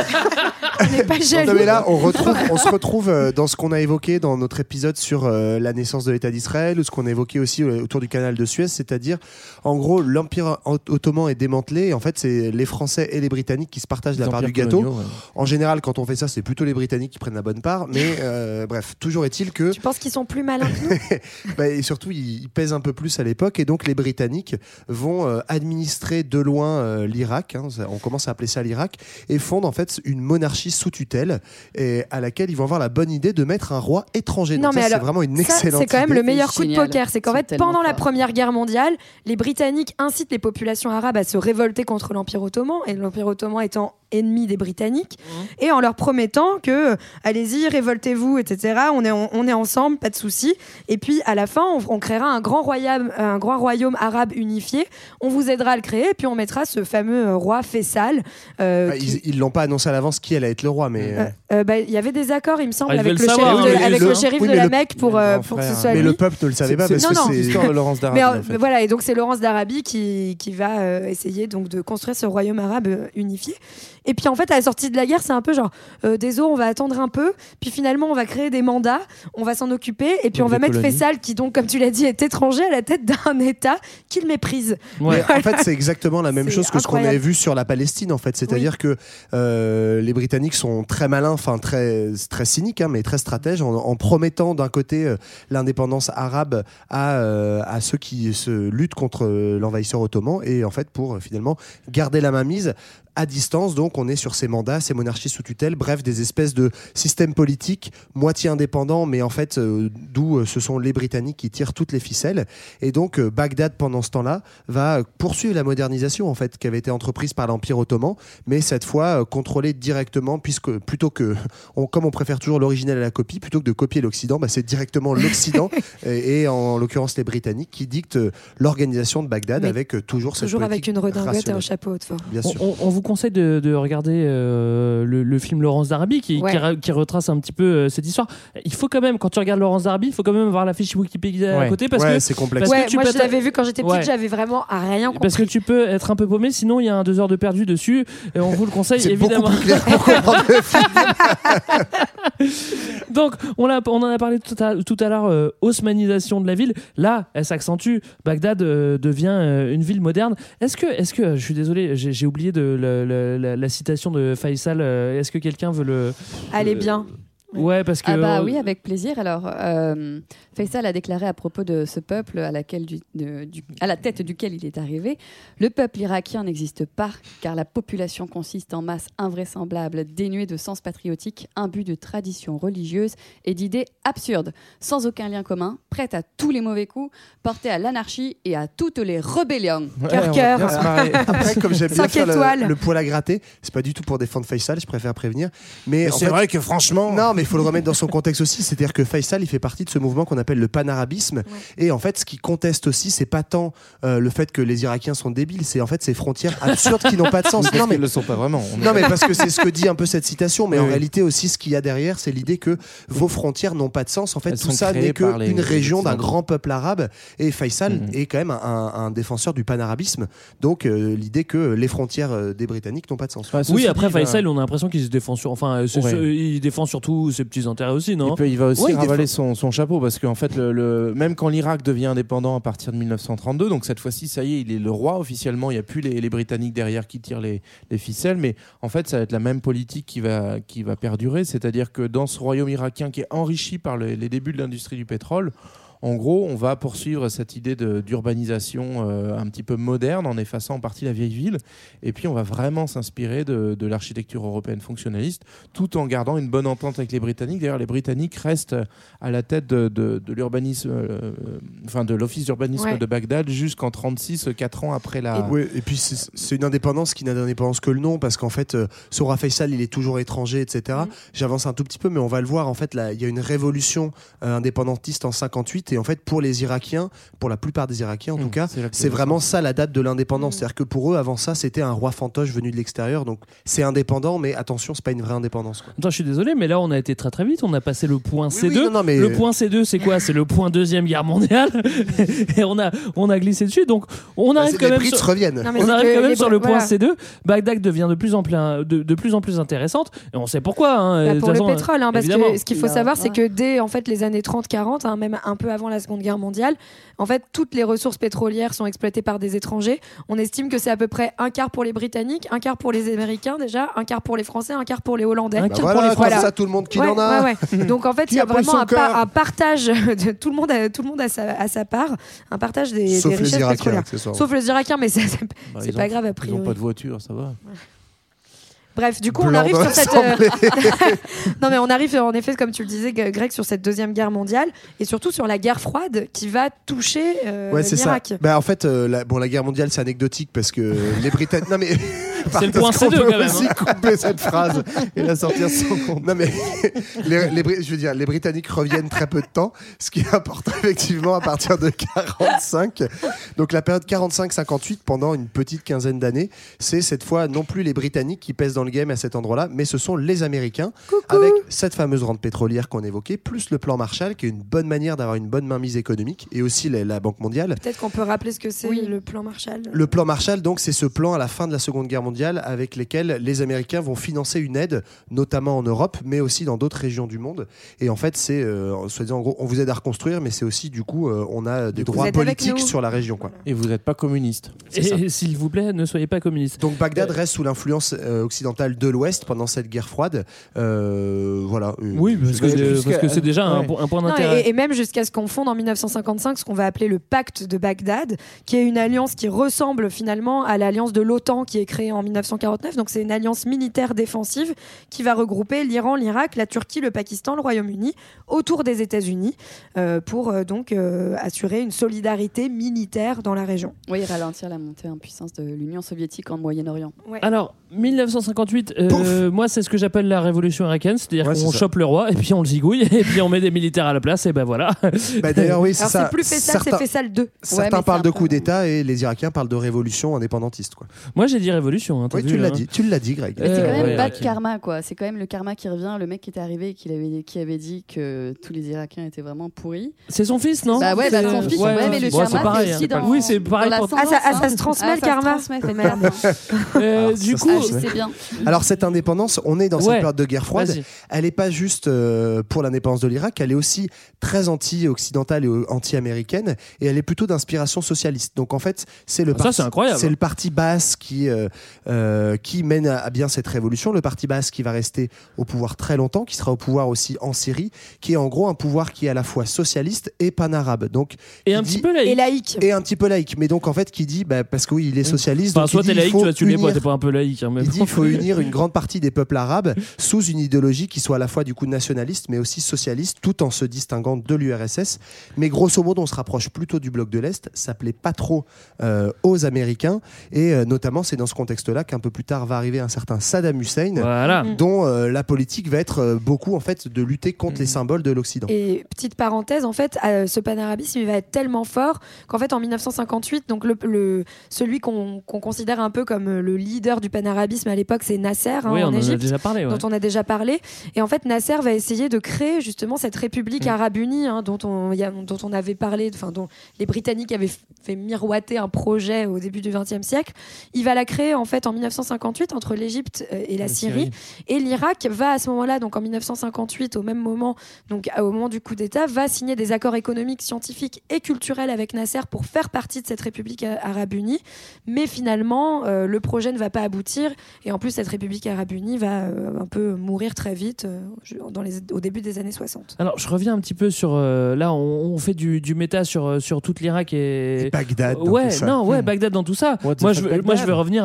On n'est pas jaloux.
Non, mais là, on, retrouve, on se retrouve euh, dans ce qu'on a évoqué dans notre épisode sur euh, la naissance de l'État d'Israël, ou ce qu'on a évoqué aussi euh, autour du canal de Suez, c'est-à-dire, en gros, l'Empire ottoman est démantelé. Et en fait, c'est les Français et les Britanniques qui se partagent la part du gâteau.
Coloniaux, ouais.
En général, quand on fait ça, c'est plutôt les Britanniques qui prennent la bonne part. Mais euh, bref, toujours est-il que...
Tu penses qu'ils sont plus malins que nous?
bah, et surtout, ils, ils pèsent un peu plus à l'époque. Et donc, les Britanniques vont euh, administrer de loin euh, l'Irak. Hein, on commence à appeler ça l'Irak. Et fondent en fait une monarchie sous tutelle, et à laquelle ils vont avoir la bonne idée de mettre un roi étranger.
Non,
Donc
mais
ça,
alors,
c'est vraiment une
ça,
excellente
c'est quand même
idée.
le meilleur coup de
Génial.
poker. C'est qu'en
Ils sont
fait,
tellement
pendant la
forts.
Première Guerre mondiale, les Britanniques incitent les populations arabes à se révolter contre l'Empire ottoman, et l'Empire ottoman étant ennemi des Britanniques, et en leur promettant que euh, allez-y, révoltez-vous, et cetera. On est, on, on est ensemble, pas de souci. Et puis à la fin, on, on créera un grand royaume, un grand royaume arabe unifié. On vous aidera à le créer, et puis on mettra ce fameux euh, roi Faisal. euh,
Bah,
qui-
ils, ils l'ont pas annoncé à l'avance qui allait être le roi, mais. euh,
euh, euh, bah, il y avait des accords, il me semble,
Ah, ils
avec,
veulent
le,
savoir,
shérif
hein,
de,
mais
avec
le-
le shérif
oui,
de
mais
la
le-
Mecque pour,
le
euh,
grand
pour que ce
frère.
soit
mais
lui.
le peuple ne le savait pas
C'est-
parce
non,
que
non.
c'est.
L'histoire de Laurence d'Arabie.
Mais,
en
euh,
fait.
voilà, et donc c'est Laurence d'Arabie qui, qui va euh, essayer donc de construire ce royaume arabe euh, unifié. Et puis en fait, à la sortie de la guerre, c'est un peu genre, euh, désolé, on va attendre un peu, puis finalement on va créer des mandats, on va s'en occuper, et puis
Donc
on va
des
mettre
colonies.
Faisal, qui donc, comme tu l'as dit, est étranger à la tête d'un État qu'il méprise.
Ouais.
Mais en fait, c'est exactement la même
C'est
chose que ce qu'on avait
incroyable.
vu sur la Palestine, en fait. C'est-à-dire que euh, les Britanniques sont très malins, enfin très, très cyniques, hein, mais très stratèges, en, en promettant d'un côté euh, l'indépendance arabe à, euh, à ceux qui se luttent contre euh, l'envahisseur ottoman, et en fait, pour euh, finalement garder la mainmise à distance. Donc on est sur ces mandats, ces monarchies sous tutelle, bref, des espèces de systèmes politiques moitié indépendants, mais en fait euh, d'où euh, ce sont les Britanniques qui tirent toutes les ficelles. Et donc euh, Bagdad, pendant ce temps-là, va poursuivre la modernisation en fait qui avait été entreprise par l'Empire ottoman, mais cette fois euh, contrôlée directement, puisque plutôt que, on, comme on préfère toujours l'original à la copie, plutôt que de copier l'Occident, bah, c'est directement l'Occident et, et en l'occurrence les Britanniques qui dictent euh, l'organisation de Bagdad,
Mais
avec euh, toujours cette
Toujours avec
politique
une redingote et un
rationnelle.
chapeau haut de fort.
Bien
On,
sûr.
on- on vous conseille de, de regarder euh, le, le film Laurence d'Arabie qui,
Ouais.
qui, ra- qui retrace un petit peu euh, cette histoire. Il faut quand même, quand tu regardes Laurence d'Arabie, il faut quand même avoir la fiche Wikipédia à
Ouais.
côté parce
Ouais,
que
c'est complexe.
parce que
Ouais,
tu
moi
peux
je l'avais vu quand j'étais petite,
Ouais.
j'avais vraiment rien compris.
parce que tu peux être un peu paumé, sinon il y a un deux heures de perdu dessus. Et on vous le conseille
C'est
évidemment.
beaucoup plus clair pour comprendre le film.
Donc, on, l'a- on en a parlé tout à, tout à l'heure, euh, haussmanisation de la ville. Là, elle s'accentue. Bagdad euh, devient euh, une ville moderne. Est-ce que, est-ce que, je suis désolé, j'ai, j'ai oublié de la, la- la- la citation de Faisal. euh, Est-ce que quelqu'un veut le.
Allez
le-
bien.
Ouais, parce que.
Ah bah oui, avec plaisir. Alors, euh, Faisal a déclaré à propos de ce peuple à, laquelle du, de- du- à la tête duquel il est arrivé, le peuple irakien n'existe pas car la population consiste en masse invraisemblable, dénuée de sens patriotique, imbue de traditions religieuses et d'idées absurdes, sans aucun lien commun, prête à tous les mauvais coups, portée à l'anarchie et à toutes les rébellions.
Ouais,
Cœur,
on va
cœur.
bien se marrer.
Après, comme j'aime bien
Cinq
faire
étoiles.
le, le poil à gratter, c'est pas du tout pour défendre Faisal, je préfère prévenir. Mais,
Mais
en
c'est
fait-
vrai que franchement.
Non, mais il faut le remettre dans son contexte aussi. C'est-à-dire que Faisal, il fait partie de ce mouvement qu'on appelle le panarabisme. Et en fait, ce qui conteste aussi, c'est pas tant euh, le fait que les Irakiens sont débiles, c'est en fait ces frontières absurdes qui n'ont pas de sens.
Parce
Non, mais
qu'ils le sont pas vraiment. On est-
non, mais parce que c'est ce que dit un peu cette citation, mais
Oui,
en
oui.
réalité aussi ce qu'il y a derrière, c'est l'idée que vos frontières n'ont pas de sens. En fait,
Elles
tout
sont
ça
créées
n'est
par les-
qu'une région
les
d'un
Occidentaux.
grand peuple arabe. Et Faisal
Mhm.
est quand même un, un- un défenseur du panarabisme. Donc euh, l'idée que les frontières euh, des Britanniques n'ont pas de sens.
Enfin,
Oui,
ceci
après
dit, il va-
Faisal, on a l'impression qu'il se défend sur. Enfin, euh, c'est-
Ouais.
c'est- il défend surtout ses petits intérêts aussi, non?
Il, peut- il va aussi
Ouais, il
ravaler son, son chapeau parce qu'en fait, le, le- même quand l'Irak devient indépendant à partir de mille neuf cent trente-deux, donc cette fois-ci, ça y est, il est le roi officiellement. Il n'y a plus les, les Britanniques derrière qui tirent les, les ficelles, mais en fait, ça va être la même politique qui va, qui va perdurer. C'est-à-dire que dans ce royaume irakien qui est enrichi par les, les débuts de l'industrie du pétrole, en gros, on va poursuivre cette idée de- d'urbanisation euh, un petit peu moderne en effaçant en partie la vieille ville. Et puis, on va vraiment s'inspirer de, de l'architecture européenne fonctionnaliste tout en gardant une bonne entente avec les Britanniques. D'ailleurs, les Britanniques restent à la tête de, de, de l'urbanisme, euh, enfin de l'office d'urbanisme
Ouais.
Ah.
de Bagdad jusqu'en trente-six, quatre ans après la.
Oui, et puis c'est c'est une indépendance qui n'a d'indépendance que le nom, parce qu'en fait, euh, Sora Faisal, il est toujours étranger, et cetera.
Mm.
J'avance un tout petit peu, mais on va le voir. En fait, là, il y a une révolution euh, indépendantiste en cinquante-huit, Et en fait, pour les Irakiens, pour la plupart des Irakiens en
Mmh,
tout cas,
c'est,
c'est vraiment ça la date de l'indépendance. Mmh. C'est-à-dire que pour eux, avant ça, c'était un roi fantoche venu de l'extérieur. Donc c'est indépendant, mais attention, c'est pas une vraie indépendance. Quoi.
Attends, je suis désolé, mais là, on a été très très vite. On a passé le point C deux.
Oui, oui, non, non, mais...
Le point C deux, c'est quoi? C'est le point Deuxième Guerre mondiale. Et on a, on a glissé dessus. Donc on arrive
bah,
quand
les
même.
Brits
sur...
reviennent.
Non, on arrive quand même
les...
sur le point
voilà.
C deux. Bagdad devient de plus en plus, de, de plus en plus intéressante. Et on sait pourquoi. Hein.
Bah, pour le façon, pétrole, hein, parce
évidemment.
que ce qu'il faut savoir, c'est que dès en fait les années trente quarante, hein, même un peu avant la Seconde Guerre mondiale, en fait, toutes les ressources pétrolières sont exploitées par des étrangers. On estime que c'est à peu près un quart pour les Britanniques, un quart pour les Américains déjà, un quart pour les Français, un quart pour les Hollandais.
Bah
un quart
voilà,
pour les Français.
comme ça, tout le monde qui
ouais,
en a.
Ouais, ouais. Donc en fait, il y a vraiment un, pa- un partage de tout le monde, a, tout le monde a sa, a sa part, un partage des,
Sauf
des
les
richesses
Irakiens,
pétrolières.
accessoirement.
Sauf les Irakiens, mais c'est, c'est,
Bah,
c'est
ils
pas
ont-
grave a priori.
Ils n'ont pas de voiture, ça va.
Bref, du coup,
Blanc
on arrive
dans
sur cette.
l'Assemblée.
non, mais on arrive en effet, comme tu le disais, Greg, sur cette deuxième guerre mondiale et surtout sur la guerre froide qui va toucher euh,
Ouais, c'est
l'Irak.
ça. Bah, en fait, euh, la, bon, la guerre mondiale, c'est anecdotique parce que les Britanniques. Non, mais.
C'est le point C deux,
On peut
quand même,
aussi
hein.
couper cette phrase et la sortir sans compte. Non, mais les, les, Bri- je veux dire, les Britanniques reviennent très peu de temps, ce qui est important effectivement à partir de quarante-cinq. Donc la période quarante-cinq cinquante-huit, pendant une petite quinzaine d'années, c'est cette fois non plus les Britanniques qui pèsent dans le game à cet endroit-là, mais ce sont les Américains.
Coucou.
Avec cette fameuse rente pétrolière qu'on évoquait, plus le plan Marshall, qui est une bonne manière d'avoir une bonne mainmise économique, et aussi la, la Banque mondiale.
Peut-être qu'on peut rappeler ce que c'est
Oui.
le plan Marshall.
Le plan Marshall, donc, c'est ce plan à la fin de la Seconde Guerre mondiale avec lesquels les Américains vont financer une aide, notamment en Europe, mais aussi dans d'autres régions du monde. Et en fait, c'est, euh, soi-disant, en gros, on vous aide à reconstruire, mais c'est aussi, du coup, euh, on a des
Vous
droits
êtes avec
politiques
nous.
sur la région, quoi.
Et vous n'êtes pas communiste.
C'est ça.
Et s'il vous plaît, ne soyez pas communiste.
Donc Bagdad reste sous l'influence euh, occidentale de l'Ouest pendant cette guerre froide. Euh, voilà. Euh,
Oui, parce que,
Jusqu'à-
euh, parce que c'est déjà un,
ouais.
po- un point
Non,
d'intérêt.
et, et même jusqu'à ce qu'on fonde en dix-neuf cent cinquante-cinq ce qu'on va appeler le pacte de Bagdad, qui est une alliance qui ressemble finalement à l'alliance de l'OTAN qui est créée en dix-neuf cent quarante-neuf. Donc c'est une alliance militaire défensive qui va regrouper l'Iran, l'Irak, la Turquie, le Pakistan, le Royaume-Uni autour des États-Unis euh, pour euh, donc euh, assurer une solidarité militaire dans la région.
Oui, ralentir la montée en puissance de l'Union soviétique en Moyen-Orient.
Ouais.
Alors, dix-neuf cent cinquante-huit, euh, moi, c'est ce que j'appelle la révolution irakienne, c'est-à-dire
Ouais,
qu'on
c'est ça.
chope le roi et puis on le zigouille et puis on met des militaires à la place et ben voilà.
Bah, d'ailleurs, oui, c'est
Alors
ça.
c'est plus Faisal, c'est
Certains-
Faisal deux.
Certains
Ouais, mais
parlent
c'est
de
un
coup
peu-
d'État et les Irakiens parlent de révolution indépendantiste. Quoi.
Moi, j'ai dit révolution. Hein, t'as
Oui,
vu,
tu l'as
hein.
dit, tu l'as dit, Greg.
Mais c'est
Euh,
quand même
ouais,
bad
ok.
karma, quoi. C'est quand même le karma qui revient. Le mec qui était arrivé et qui avait, qui avait dit que tous les Irakiens étaient vraiment pourris.
C'est son fils, non
Bah ouais, bah, son
C'est-
fils, ouais, mais le
bon,
karma,
c'est pareil.
c'est aussi
hein.
dans-
Oui, c'est pareil
dans
pour
l'ascendance,
Ah, ça, ah, ça
hein.
se transmet
Ah,
le
ça se
karma.
transmet, c'est
Merde.
bien.
Euh,
Alors,
du
ça,
coup,
Ah, je sais bien.
Alors cette indépendance, on est dans
Ouais.
cette période de guerre froide.
Vas-y.
Elle n'est pas juste euh, pour l'indépendance de l'Irak, elle est aussi très anti-occidentale et euh, anti-américaine, et elle est plutôt d'inspiration socialiste. Donc en fait, c'est le
Ah, ça,
parti,
c'est incroyable.
c'est le parti Baas qui euh, euh, qui mène à, à bien cette révolution. Le parti Baas qui va rester au pouvoir très longtemps, qui sera au pouvoir aussi en Syrie, qui est en gros un pouvoir qui est à la fois socialiste et pan-arabe. Donc
et
qui
un
dit-
petit peu laïque.
Et laïque.
et un petit peu laïque. Mais donc en fait, qui dit, bah, parce que oui, il est socialiste.
Enfin,
donc
soit
il
t'es
dit, il
laïque,
faut
soit tu l'es pas,
unir-
t'es pas un peu laïque. Hein, mais
Il
bon.
dit qu'il faut unir une grande partie des peuples arabes sous une idéologie qui soit à la fois du coup nationaliste mais aussi socialiste, tout en se distinguant de l'U R S S. Mais grosso modo, on se rapproche plutôt du bloc de l'Est. Ça plaît pas trop euh, aux Américains, et euh, notamment c'est dans ce contexte-là qu'un peu plus tard va arriver un certain Saddam Hussein,
Voilà.
dont euh, la politique va être euh, beaucoup en fait de lutter contre les symboles de l'Occident.
Et petite parenthèse, en fait, euh, ce panarabisme il va être tellement fort qu'en fait, en dix-neuf cent cinquante-huit, donc le, le- celui qu'on qu'on considère un peu comme le leader du panarabisme à l'époque, c'est Nasser hein,
Oui, on
en
en a
Égypte,
déjà parlé. Ouais.
dont on a déjà parlé. Et en fait, Nasser va essayer de créer justement cette République
Mm.
arabe unie hein, dont, on, y a- dont on avait parlé, enfin dont les Britanniques avaient f- fait miroiter un projet au début du vingtième siècle. Il va la créer en fait en dix-neuf cent cinquante-huit entre l'Égypte euh, et la
La
Syrie.
Syrie.
Et l'Irak va à ce moment-là, donc en dix-neuf cent cinquante-huit, au même moment, donc au moment du coup d'État, va signer des accords économiques, scientifiques et culturels avec Nasser pour faire partie de cette République arabe unie. Mais finalement, euh, le projet ne va pas aboutir. Et en plus, cette République arabe unie va euh, un peu mourir très vite euh, dans les, au début des années soixante.
Alors, je reviens un petit peu sur. euh, là, on, on fait du, du méta sur, euh, sur toute l'Irak et.
Et Bagdad. dans
Ouais,
tout ça.
non, ouais,
Hmm.
Bagdad dans tout ça.
What the
Moi
fuck,
je, veux-
Bagdad
moi, je vais revenir un petit peu sur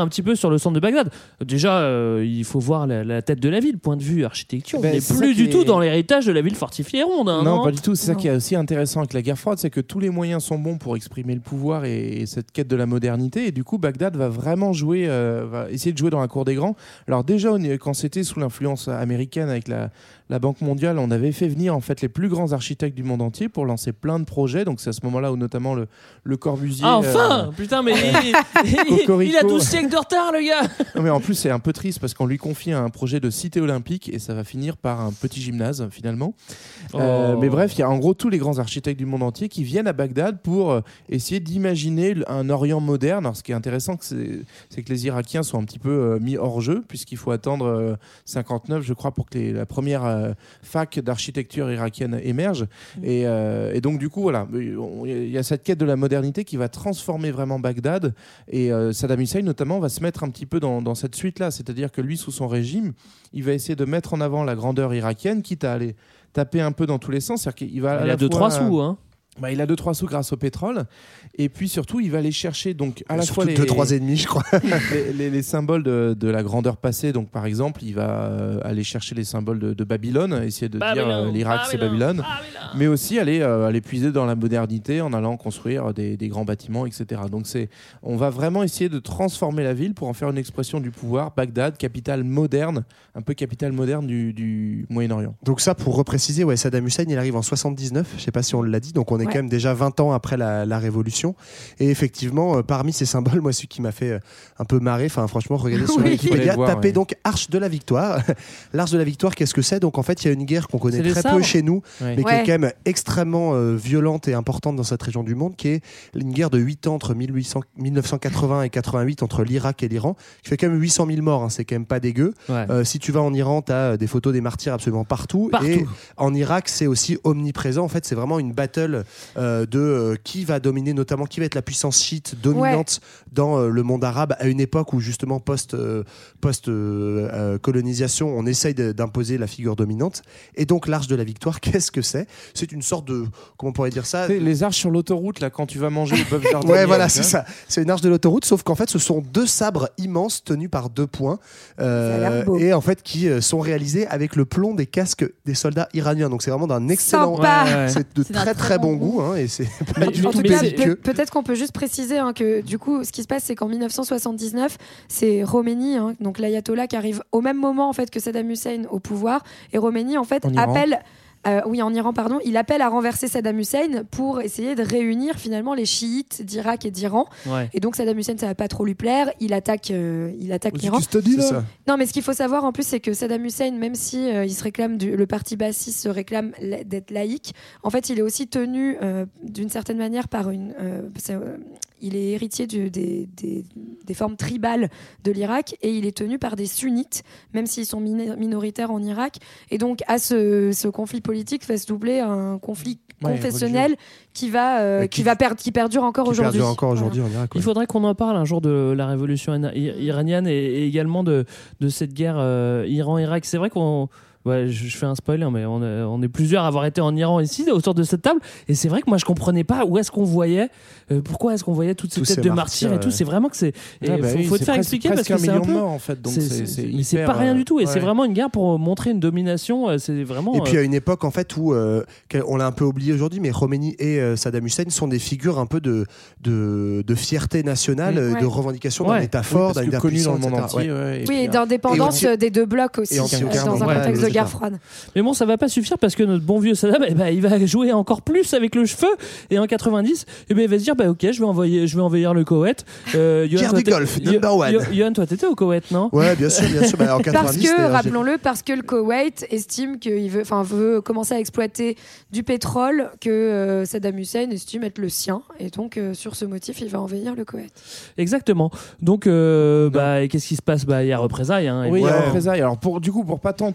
sur le centre de Bagdad. Déjà, euh, il faut voir la, la tête de la ville, point de vue architecture.
Ben,
on n'est
c'est
plus
ça
du
qui
tout
est-
dans l'héritage de la ville fortifiée et ronde. Hein,
non,
non,
pas du tout. C'est ça
Non.
qui est aussi intéressant avec la guerre froide, c'est que tous les moyens sont bons pour exprimer le pouvoir et, et cette quête de la modernité. Et du coup, Bagdad va vraiment jouer, euh, va essayer de jouer dans la cour des grands. Alors déjà, on est- quand c'était sous l'influence américaine avec la, la Banque mondiale, on avait fait venir en fait les plus grands architectes du monde entier pour lancer plein de projets. Donc c'est à ce moment-là où notamment le, le Corbusier.
Ah, enfin
euh,
Putain, mais il, il-
Cocorico.
il a douze siècles de retard, le gars.
Non, mais en plus, c'est un peu triste parce qu'on lui confie un projet de cité olympique et ça va finir par un petit gymnase finalement. Euh,
Oh.
mais bref, il y a en gros tous les grands architectes du monde entier qui viennent à Bagdad pour euh, essayer d'imaginer un Orient moderne. Alors, ce qui est intéressant, que c'est, c'est que les Irakiens sont un petit peu euh, mis hors jeu puisqu'il faut attendre euh, cinquante-neuf, je crois, pour que les- la première euh, fac d'architecture irakienne émerge. Et, euh, et donc, du coup, voilà, il y a cette quête de la modernité qui va transformer vraiment Bagdad. Et euh, Saddam Hussein, notamment, va se mettre un petit peu dans, dans cette suite-là. C'est-à-dire que lui, sous son régime, il va essayer de mettre en avant la grandeur irakienne, quitte à aller taper un peu dans tous les sens. C'est-à-dire qu'il va à
Il
la
a deux
fois,
trois sous, hein.
Bah, il a deux trois sous grâce au pétrole et puis surtout il va aller chercher donc à la
Surtout
fois les
deux, trois et demi, je crois.
les, les- les symboles de, de la grandeur passée. Donc par exemple il va euh, aller chercher les symboles de, de Babylone, essayer de
Babylone,
dire euh, l'Irak c'est
Babylone,
Babylone, mais aussi aller euh, aller puiser dans la modernité en allant construire des, des grands bâtiments, etc. Donc c'est on va vraiment essayer de transformer la ville pour en faire une expression du pouvoir. Bagdad, capitale moderne, un peu capitale moderne du, du Moyen-Orient.
Donc ça, pour repréciser, ouais, Saddam Hussein, il arrive en soixante-dix-neuf, je ne sais pas si on l'a dit, donc on est
Ouais.
quand même déjà vingt ans après la, la Révolution. Et effectivement, euh, parmi ces symboles, moi, celui qui m'a fait euh, un peu marrer, enfin franchement, regardez sur
Oui.
Wikipédia,
Faut aller le voir,
tapez
ouais.
donc Arche de la Victoire. L'Arche de la Victoire, qu'est-ce que c'est? Donc en fait, il y a une guerre qu'on connaît
C'est les
très
sabres.
peu chez nous,
Ouais.
mais qui
Ouais.
est quand même extrêmement euh, violente et importante dans cette région du monde, qui est une guerre de huit ans entre mille huit cents mille neuf cent quatre-vingts et quatre-vingt-huit entre l'Irak et l'Iran, qui fait quand même huit cent mille morts, hein, c'est quand même pas dégueu.
Ouais.
Euh, si tu vas en Iran, tu as des photos des martyrs absolument partout.
Partout.
Et en Irak, c'est aussi omniprésent. En fait, c'est vraiment une battle euh, de euh, qui va dominer, notamment qui va être la puissance chiite dominante dans euh, le monde arabe à une époque où justement post euh, post euh, euh, colonisation, on essaye de- d'imposer la figure dominante. Et donc l'Arche de la Victoire, qu'est-ce que c'est? C'est une sorte de, comment on pourrait dire ça?
Tu sais, les arches sur l'autoroute là quand tu vas manger au bœuf jardinier.
Ouais, voilà,
tu
c'est
vois.
ça. C'est une arche de l'autoroute, sauf qu'en fait, ce sont deux sabres immenses tenus par deux poings, euh,
Ça a l'air beau.
et en fait qui euh, sont réalisés avec le plomb des casques des soldats iraniens. Donc c'est vraiment d'un excellent,
Sympa.
Ouais, ouais.
c'est de
C'est d'un
très
très
très
bon
bon goût, hein, et c'est pas
Mais-
du
En
tout
tout cas,
belliqueux.
peut- peut-être qu'on peut juste préciser hein, que du coup, ce qui se passe, c'est qu'en mille neuf cent soixante-dix-neuf, c'est Khomeini, hein, donc l'ayatollah, qui arrive au même moment en fait que Saddam Hussein au pouvoir, et Khomeini en fait
En Iran.
appelle. Euh, oui, en Iran, pardon. Il appelle à renverser Saddam Hussein pour essayer de réunir finalement les chiites d'Irak et d'Iran.
Ouais.
Et donc Saddam Hussein, ça va pas trop lui plaire. Il attaque, euh, il attaque
C'est
l'Iran.
ce que je te dis,
C'est
là.
ça.
Non, mais ce qu'il faut savoir en plus, c'est que Saddam Hussein, même si euh, il se réclame du, le parti bassiste se réclame la- d'être laïque, en fait, il est aussi tenu euh, d'une certaine manière par une. euh, c'est, euh, il est héritier du- des, des, des formes tribales de l'Irak et il est tenu par des sunnites, même s'ils sont mini- minoritaires en Irak. Et donc, à ce, ce conflit politique va se doubler un conflit
Ouais,
confessionnel qui va euh,
Et
qui,
qui-
va perdre qui perdure encore
Qui
aujourd'hui.
perdure encore
Voilà.
aujourd'hui en Irak.
Il
ouais.
faudrait qu'on en parle un jour de la révolution ina- i- iranienne et, et également de, de cette guerre euh, Iran-Irak. C'est vrai qu'on. Ouais, je, je fais un spoiler, mais on, est- on est plusieurs à avoir été en Iran ici, autour de cette table. Et c'est vrai que moi, je comprenais pas où est-ce qu'on voyait, euh, pourquoi est-ce qu'on voyait toutes ces
Tous
têtes
ces
de martyrs et
martyrs,
tout.
ouais.
C'est vraiment que c'est. Et
Ah bah
faut,
oui,
faut te
c'est
faire
presque-
expliquer parce
presque
que c'est
un
un
million
peu.
de morts en fait. Donc
c'est-
c'est,
c'est-
c'est
mais c'est
hyper,
pas rien
euh,
du tout. Et
ouais.
c'est vraiment une guerre pour montrer une domination. euh, C'est vraiment.
Et puis
euh,
à une époque en fait où euh, quel- on l'a un peu oublié aujourd'hui, mais Khomeini et euh, Saddam Hussein sont des figures un peu de de, de fierté nationale,
Mmh.
euh,
Ouais.
de revendication
Ouais.
d'un État
Oui,
fort,
parce
d'un
que
État
connu
puissant,
dans le monde
et cetera.
entier.
Ouais.
ouais, et
Oui,
puis,
et
euh,
d'indépendance
Et
euh, des deux blocs aussi,
et
euh,
anti-aucun
dans un
moment.
contexte
Ouais,
de guerre
c'est ça.
froide.
Mais bon, ça va pas suffire parce que notre bon vieux Saddam, eh ben, il va jouer encore plus avec le feu. Et en quatre-vingt-dix, eh ben, il va se dire, bah, ok, je vais envoyer, je vais envahir le Koweït. Euh, Yoann,
Guerre
toi,
du
t'es-
Golfe,
Yo-
number one.
Yo- Yoann, toi, t'étais au Koweït, non?
Ouais, bien sûr, bien sûr. Bah, en
Parce
quatre-vingt-dix,
que,
d'ailleurs, j'ai-
rappelons-le, parce que le Koweït estime qu'il veut, enfin, veut commencer à exploiter du pétrole que euh, Saddam Hussein estime être le sien. Et donc, euh, sur ce motif, il va envahir le Koweït.
Exactement. Donc, euh, bah, et qu'est-ce qui se passe? Bah, il y a représailles. Hein,
Oui, il y a
évidemment.
représailles. Alors pour du coup, pour pas tant tomber dans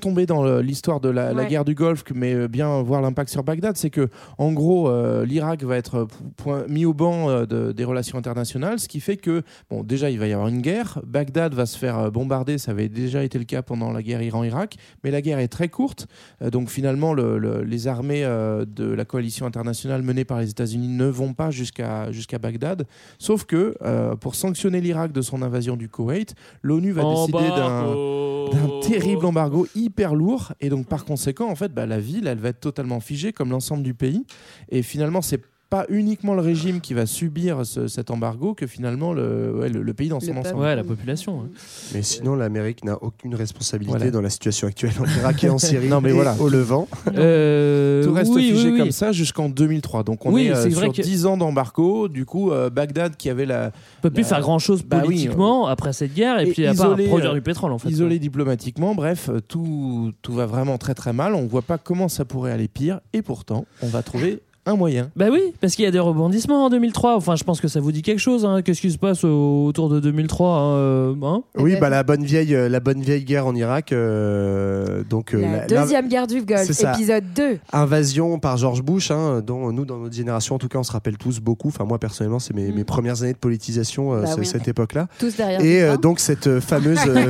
euh, l'histoire de la, ouais. la guerre du Golfe, mais bien voir l'impact sur Bagdad, c'est que en gros, euh, l'Irak va être point, mis au banc euh, de, des relations internationales, ce qui fait que, bon, déjà, il va y avoir une guerre. Bagdad va se faire bombarder, ça avait déjà été le cas pendant la guerre Iran-Irak, mais la guerre est très courte, euh, donc finalement, le, le, les armées euh, de la coalition internationale menée par les États-Unis ne vont pas jusqu'à, jusqu'à Bagdad, sauf que euh, pour sanctionner l'Irak de son invasion du Koweït, l'ONU va embargo. décider d'un, d'un terrible embargo hyper lourd, et donc par conséquent, en fait, bah, la ville, elle va être totalement figée comme l'ensemble du pays, et finalement, c'est pas uniquement le régime qui va subir ce, cet embargo, que finalement le, ouais, le, le pays dans son ensemble.
Ouais, la population. Ouais.
Mais sinon, l'Amérique n'a aucune responsabilité
voilà.
dans la situation actuelle en Irak et en Syrie
non, mais
et
voilà.
au Levant.
Euh, Tout reste
oui,
figé
oui, oui.
comme ça jusqu'en deux mille trois. Donc on
oui,
est, euh, sur
que...
dix ans d'embargo. Du coup, euh, Bagdad qui avait la...
On peut plus
la...
faire grand-chose politiquement bah oui, euh... après cette guerre, et, et puis à part produire du pétrole en fait.
Isolé
ouais.
diplomatiquement, bref, tout, tout va vraiment très très mal. On voit pas comment ça pourrait aller pire, et pourtant, on va trouver... un moyen.
Bah oui, parce qu'il y a des rebondissements en deux mille trois. Enfin, je pense que ça vous dit quelque chose. Hein. Qu'est-ce qui se passe au, autour de deux mille trois hein, hein
Oui, bah la bonne vieille, la bonne vieille guerre en Irak. Euh, donc
la,
la
deuxième la... guerre du Golfe, épisode deux.
Invasion par George Bush, hein, dont nous, dans notre génération, en tout cas, on se rappelle tous beaucoup. Enfin, moi personnellement, c'est mes, mm. mes premières années de politisation, euh, bah oui. cette époque-là.
Tous derrière.
Et euh, donc cette fameuse. euh...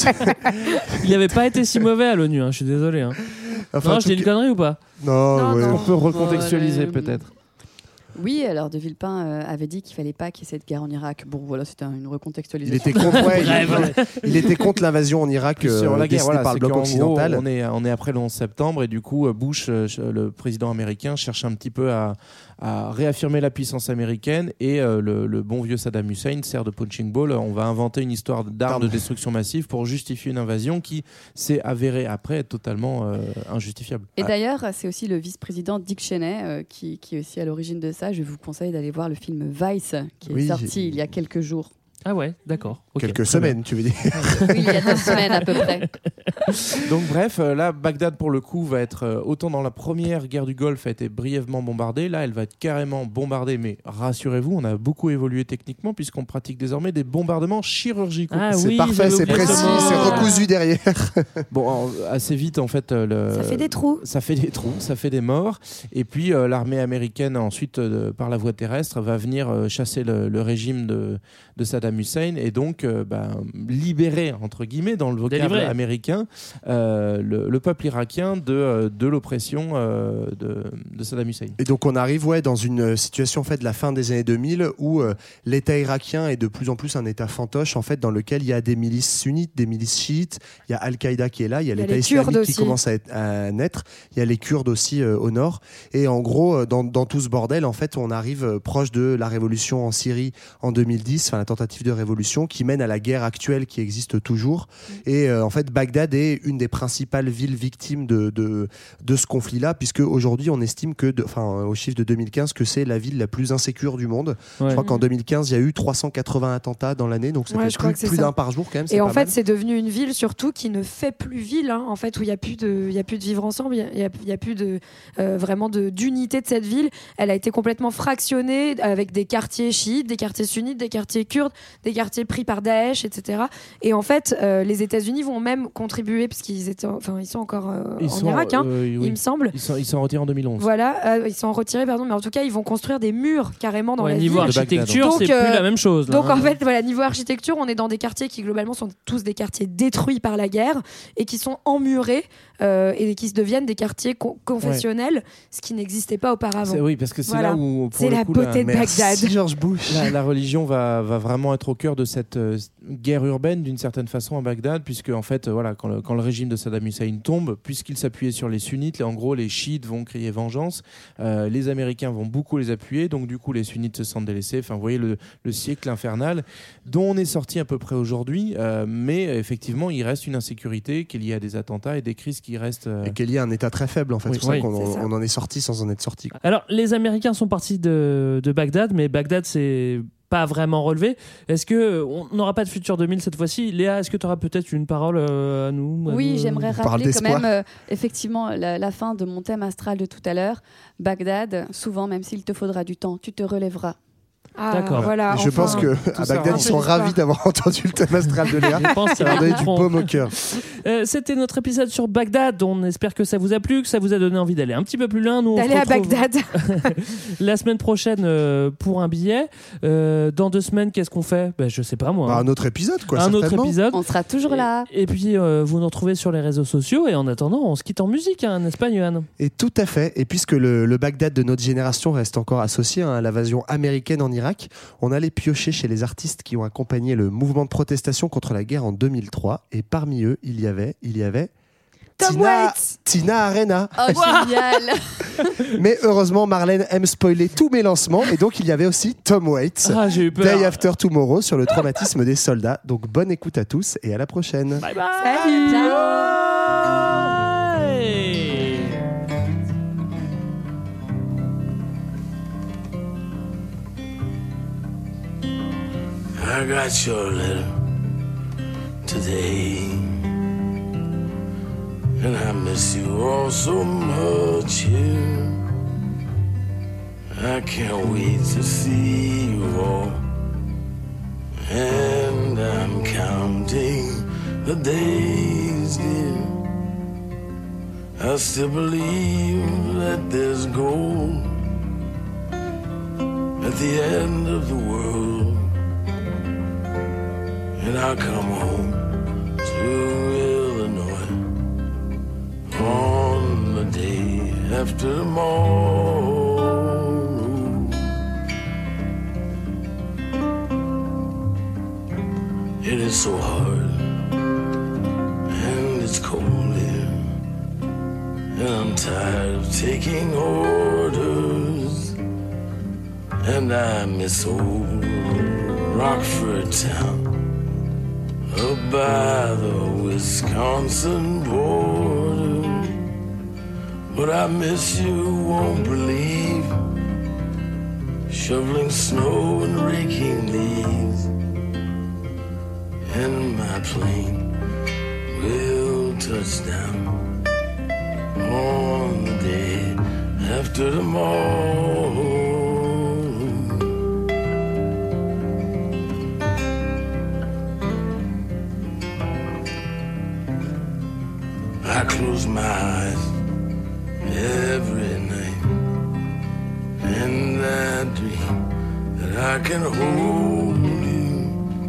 Il n'avait pas été si mauvais à l'ONU. Hein, je suis désolé. Hein. Enfin, non, je dis une connerie ou pas?
Non,
non,
ouais.
non.
On peut recontextualiser
bon,
peut-être.
Oui, alors De Villepin euh, avait dit qu'il fallait pas qu'il y ait cette guerre en Irak. Bon, voilà, c'était une recontextualisation.
Il était contre, ouais, il, il était contre l'invasion en Irak euh,
sur la guerre, voilà,
par le bloc occidental.
Gros, on est, on est après le onze septembre et du coup, Bush, euh, le président américain, cherche un petit peu à, à réaffirmer la puissance américaine et euh, le, le bon vieux Saddam Hussein sert de punching ball. On va inventer une histoire d'armes de destruction massive pour justifier une invasion qui s'est avérée après être totalement euh, injustifiable.
Et ah. d'ailleurs, c'est aussi le vice-président Dick Cheney euh, qui, qui est aussi à l'origine de ça. Je vous conseille d'aller voir le film Vice qui est oui, sorti j'ai... il y a quelques jours.
Ah ouais, d'accord. Okay,
quelques semaines, bien. Tu veux dire?
Oui, il y a deux semaines à peu près.
Donc bref, euh, là, Bagdad pour le coup va être euh, autant dans la première guerre du Golfe a été brièvement bombardée. Là, elle va être carrément bombardée, mais rassurez-vous, on a beaucoup évolué techniquement puisqu'on pratique désormais des bombardements chirurgicaux.
Ah,
c'est
oui,
parfait, c'est précis, c'est recousu derrière.
Bon, alors, assez vite en fait, euh, le...
ça fait des trous.
Ça fait des trous, ça fait des morts. Et puis euh, l'armée américaine ensuite, euh, par la voie terrestre, va venir euh, chasser le, le régime de, de Saddam Hussein et donc euh, bah, libérer entre guillemets dans le vocable Délivré. américain euh, le, le peuple irakien de, de l'oppression euh, de, de Saddam Hussein.
Et donc on arrive ouais, dans une situation en fait, de la fin des années deux mille où euh, l'État irakien est de plus en plus un État fantoche en fait, dans lequel il y a des milices sunnites, des milices chiites, il y a Al-Qaïda qui est là, il y a, il y a l'État islamique qui commence à, être, à naître, il y a les Kurdes aussi euh, au nord. Et en gros, dans, dans tout ce bordel, en fait, on arrive euh, proche de la révolution en Syrie en deux mille dix, enfin la tentative de révolution qui mène à la guerre actuelle qui existe toujours. Et euh, en fait, Bagdad est une des principales villes victimes de, de, de ce conflit-là, puisque aujourd'hui, on estime que, enfin, au chiffre de deux mille quinze, que c'est la ville la plus insécure du monde. Ouais. Je crois qu'en deux mille quinze, il y a eu trois cent quatre-vingts attentats dans l'année, donc ça ouais, fait plus, plus d'un par jour quand même.
Et en fait,
mal.
c'est devenu une ville surtout qui ne fait plus ville, hein, en fait, où il n'y a plus de, il y a plus de vivre ensemble, il n'y a, a, a plus de, euh, vraiment de, d'unité de cette ville. Elle a été complètement fractionnée avec des quartiers chiites, des quartiers sunnites, des quartiers kurdes, des quartiers pris par Daesh, et cetera. Et en fait, euh, les États-Unis vont même contribuer, parce qu'ils étaient, enfin, ils sont encore euh,
ils
en
sont,
Irak, hein,
euh, oui.
il me semble.
Ils sont, ils sont retirés en deux mille onze.
Voilà, euh, ils sont retirés, pardon, mais en tout cas, ils vont construire des murs carrément dans
ouais,
la
niveau
ville.
Architecture,
donc,
c'est
euh,
plus la même chose. Là,
donc
hein.
en fait, voilà, niveau architecture, on est dans des quartiers qui globalement sont tous des quartiers détruits par la guerre et qui sont emmurés euh, et qui se deviennent des quartiers co- confessionnels, ouais. ce qui n'existait pas auparavant.
C'est, oui, parce que c'est
voilà.
là où pour
c'est
le
la
coup,
beauté
la...
de Bagdad.
Merci George Bush.
La, la religion va, va vraiment être au cœur de cette euh, guerre urbaine d'une certaine façon à Bagdad, puisque en fait, voilà, quand le, quand le régime de Saddam Hussein tombe, puisqu'il s'appuyait sur les sunnites, en gros, les chiites vont crier vengeance, euh, les Américains vont beaucoup les appuyer, donc du coup, les sunnites se sentent délaissés. Enfin, vous voyez le, le siècle infernal dont on est sorti à peu près aujourd'hui, euh, mais effectivement, il reste une insécurité qui est liée à des attentats et des crises qui restent. Euh...
Et qui est liée à un état très faible, en fait.
Oui.
C'est pour
oui,
ça qu'on
c'est ça.
on en est sorti sans en être sorti.
Alors, les Américains sont partis de, de Bagdad, mais Bagdad, c'est pas vraiment relevé. Est-ce qu'on n'aura pas de futur deux mille cette fois-ci? Léa, est-ce que tu auras peut-être une parole euh, à nous?
Oui,
nous...
j'aimerais rappeler quand même euh, effectivement la, la fin de mon thème astral de tout à l'heure. Bagdad, souvent, même s'il te faudra du temps, tu te relèveras.
Ah,
D'accord.
Voilà,
Et je
enfin,
pense que à Bagdad, ils sont ravis d'avoir entendu le thème astral de Léa.
Je pense
Ça leur donne du baume au cœur.
Euh, c'était notre épisode sur Bagdad. On espère que ça vous a plu, que ça vous a donné envie d'aller un petit peu plus loin. Nous, on
D'aller
se
à
retrouve
Bagdad.
la semaine prochaine euh, pour un billet. Euh, dans deux semaines, qu'est-ce qu'on fait? Ben, je sais pas moi.
Bah, un autre épisode, quoi.
Un autre
certainement.
épisode.
On sera toujours là.
Et, et puis, euh, vous nous retrouvez sur les réseaux sociaux. Et en attendant, on se quitte en musique, hein, n'est-ce pas, Yohan?
Et tout à fait. Et puisque le, le Bagdad de notre génération reste encore associé hein, à l'invasion américaine en Irak, on allait piocher chez les artistes qui ont accompagné le mouvement de protestation contre la guerre en deux mille trois. Et parmi eux, il y avait, il y avait
Tom
Tina,
Waits.
Tina Arena.
Oh, génial.
Mais heureusement, Marlène aime spoiler tous mes lancements. Et donc, il y avait aussi Tom Waits.
Ah, j'ai eu peur.
Day After Tomorrow sur le traumatisme des soldats. Donc, bonne écoute à tous et à la prochaine.
Bye bye.
Salut.
I got your letter today, and I miss you all so much. Yeah. I can't wait to see you all, and I'm counting the days, dear. I still believe that there's gold at the end of the world. And I'll come home to Illinois on the day after tomorrow. It is so hard and it's cold here, and I'm tired of taking orders, and I miss old Rockford town up by the Wisconsin border. But I miss you, won't believe, shoveling snow and raking leaves. And my plane will touch down on the day after tomorrow. I close my eyes every night, and I dream that I can hold you.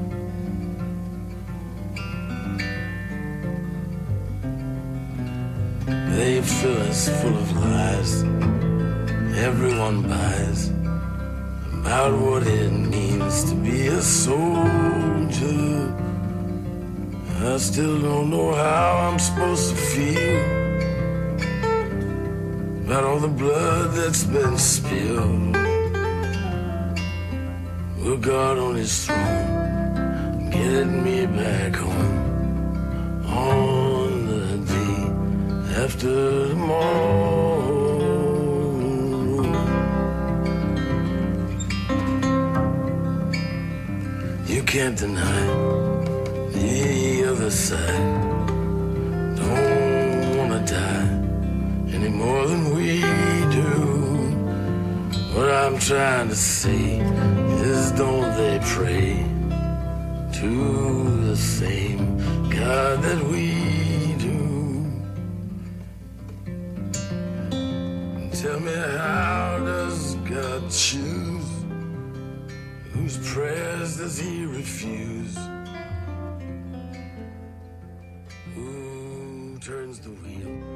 They fill us full of lies everyone buys about what it means to be a soldier. I still don't know how I'm supposed to feel about all the blood that's been spilled. Will God on his throne get me back home on the day after tomorrow? You can't deny the other side don't wanna die any more than we do. What I'm trying to say is, don't they pray to the same God that we do? Tell me, how does God choose? Whose prayers does he refuse? Who turns the wheel